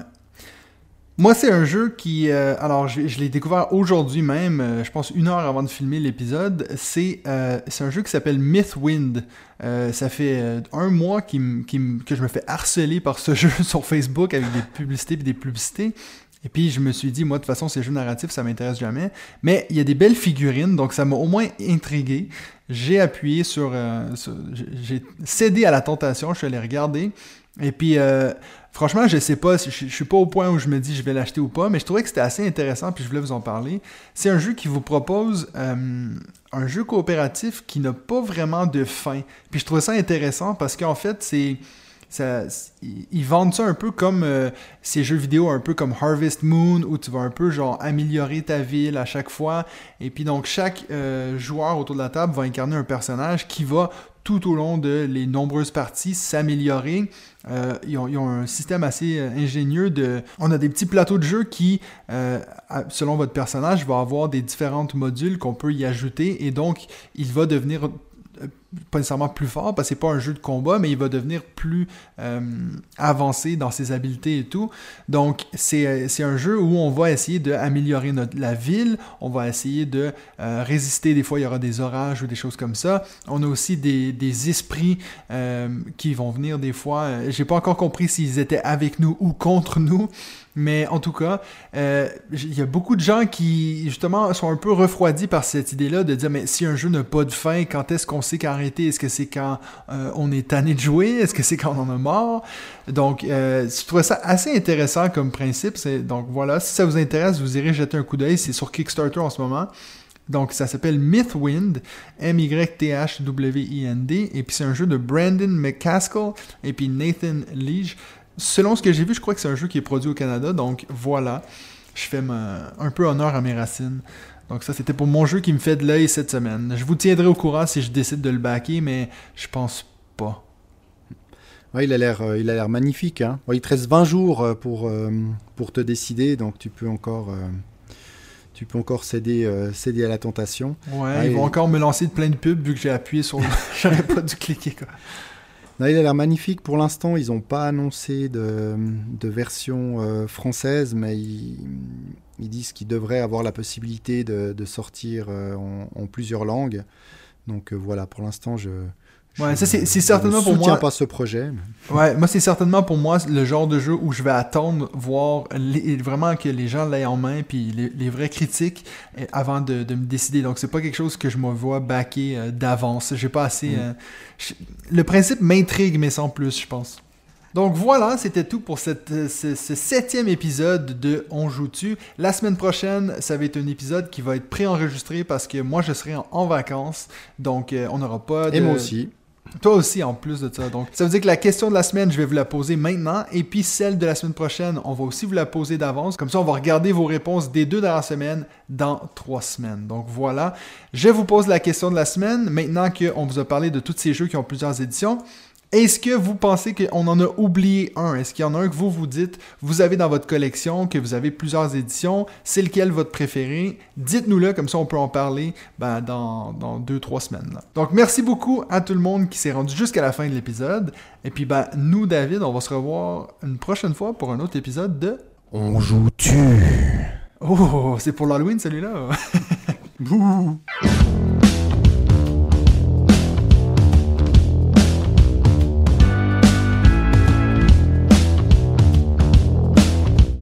Moi, c'est un jeu qui... Euh, alors, je, je l'ai découvert aujourd'hui même, euh, je pense une heure avant de filmer l'épisode. C'est, euh, c'est un jeu qui s'appelle Mythwind. Euh, ça fait euh, un mois qu'il m, qu'il m, que je me fais harceler par ce jeu sur Facebook avec des publicités et des publicités. Et puis, je me suis dit, moi, de toute façon, ces jeux narratifs, ça m'intéresse jamais. Mais il y a des belles figurines, donc ça m'a au moins intrigué. J'ai appuyé sur... Euh, sur j'ai cédé à la tentation, je suis allé regarder. Et puis, euh, franchement, je sais pas, je, je suis pas au point où je me dis je vais l'acheter ou pas, mais je trouvais que c'était assez intéressant, puis je voulais vous en parler. C'est un jeu qui vous propose euh, un jeu coopératif qui n'a pas vraiment de fin. Puis je trouvais ça intéressant parce qu'en fait, c'est... Ça, ils vendent ça un peu comme euh, ces jeux vidéo un peu comme Harvest Moon où tu vas un peu genre améliorer ta ville à chaque fois et puis donc chaque euh, joueur autour de la table va incarner un personnage qui va tout au long de les nombreuses parties s'améliorer. Euh, ils, ont, ils ont un système assez euh, ingénieux de... On a des petits plateaux de jeu qui, euh, selon votre personnage, va avoir des différents modules qu'on peut y ajouter et donc il va devenir... pas nécessairement plus fort, parce que c'est pas un jeu de combat, mais il va devenir plus euh, avancé dans ses habiletés et tout. Donc, c'est, c'est un jeu où on va essayer d'améliorer notre, la ville, on va essayer de euh, résister, des fois il y aura des orages ou des choses comme ça. On a aussi des, des esprits euh, qui vont venir des fois, euh, j'ai pas encore compris s'ils étaient avec nous ou contre nous, mais en tout cas, euh, il y a beaucoup de gens qui, justement, sont un peu refroidis par cette idée-là de dire, mais si un jeu n'a pas de fin, quand est-ce qu'on sait qu'arrêter? Est-ce que c'est quand euh, on est tanné de jouer? Est-ce que c'est quand on en a marre? Donc, euh, je trouvais ça assez intéressant comme principe. C'est, donc voilà, si ça vous intéresse, vous irez jeter un coup d'œil. C'est sur Kickstarter en ce moment. Donc, ça s'appelle Mythwind, M Y T H W I N D. Et puis, c'est un jeu de Brandon McCaskill et puis Nathan Lige. Selon ce que j'ai vu, je crois que c'est un jeu qui est produit au Canada, donc voilà, je fais ma, un peu honneur à mes racines. Donc ça, c'était pour mon jeu qui me fait de l'œil cette semaine. Je vous tiendrai au courant si je décide de le backer, mais je pense pas. Ouais, il a l'air, euh, il a l'air magnifique. Hein. Ouais, il te reste vingt jours pour, euh, pour te décider, donc tu peux encore... Euh... Tu peux encore céder, euh, céder à la tentation. Ouais, ouais, ils vont encore me lancer de plein de pubs vu que j'ai appuyé sur... J'aurais pas dû cliquer, quoi. Non, il a l'air magnifique. Pour l'instant, ils n'ont pas annoncé de, de version euh, française, mais ils, ils disent qu'ils devraient avoir la possibilité de, de sortir euh, en, en plusieurs langues. Donc euh, voilà, pour l'instant, je... Ouais, ça c'est, c'est certainement pour moi. Je ne soutiens pas ce projet. Mais... Ouais, moi c'est certainement pour moi le genre de jeu où je vais attendre voir les, vraiment que les gens l'aient en main puis les, les vraies critiques avant de, de me décider. Donc c'est pas quelque chose que je me vois backer euh, d'avance. J'ai pas assez. Mm. Euh, je... Le principe m'intrigue mais sans plus, je pense. Donc voilà, c'était tout pour cette, ce, ce septième épisode de On Joue-tu. La semaine prochaine, ça va être un épisode qui va être préenregistré parce que moi je serai en, en vacances. Donc euh, on n'aura pas de... Et moi aussi. Toi aussi, en plus de ça. Donc, ça veut dire que la question de la semaine, je vais vous la poser maintenant. Et puis, celle de la semaine prochaine, on va aussi vous la poser d'avance. Comme ça, on va regarder vos réponses des deux dernières semaines dans trois semaines. Donc, voilà. Je vous pose la question de la semaine. Maintenant qu'on vous a parlé de tous ces jeux qui ont plusieurs éditions, est-ce que vous pensez qu'on en a oublié un? Est-ce qu'il y en a un que vous vous dites, vous avez dans votre collection, que vous avez plusieurs éditions? C'est lequel votre préféré? Dites-nous-le, comme ça on peut en parler ben, dans, dans deux, trois semaines. Là. Donc merci beaucoup à tout le monde qui s'est rendu jusqu'à la fin de l'épisode. Et puis ben, nous, David, on va se revoir une prochaine fois pour un autre épisode de... On joue-tu? Oh, c'est pour l'Halloween celui-là? Bouh!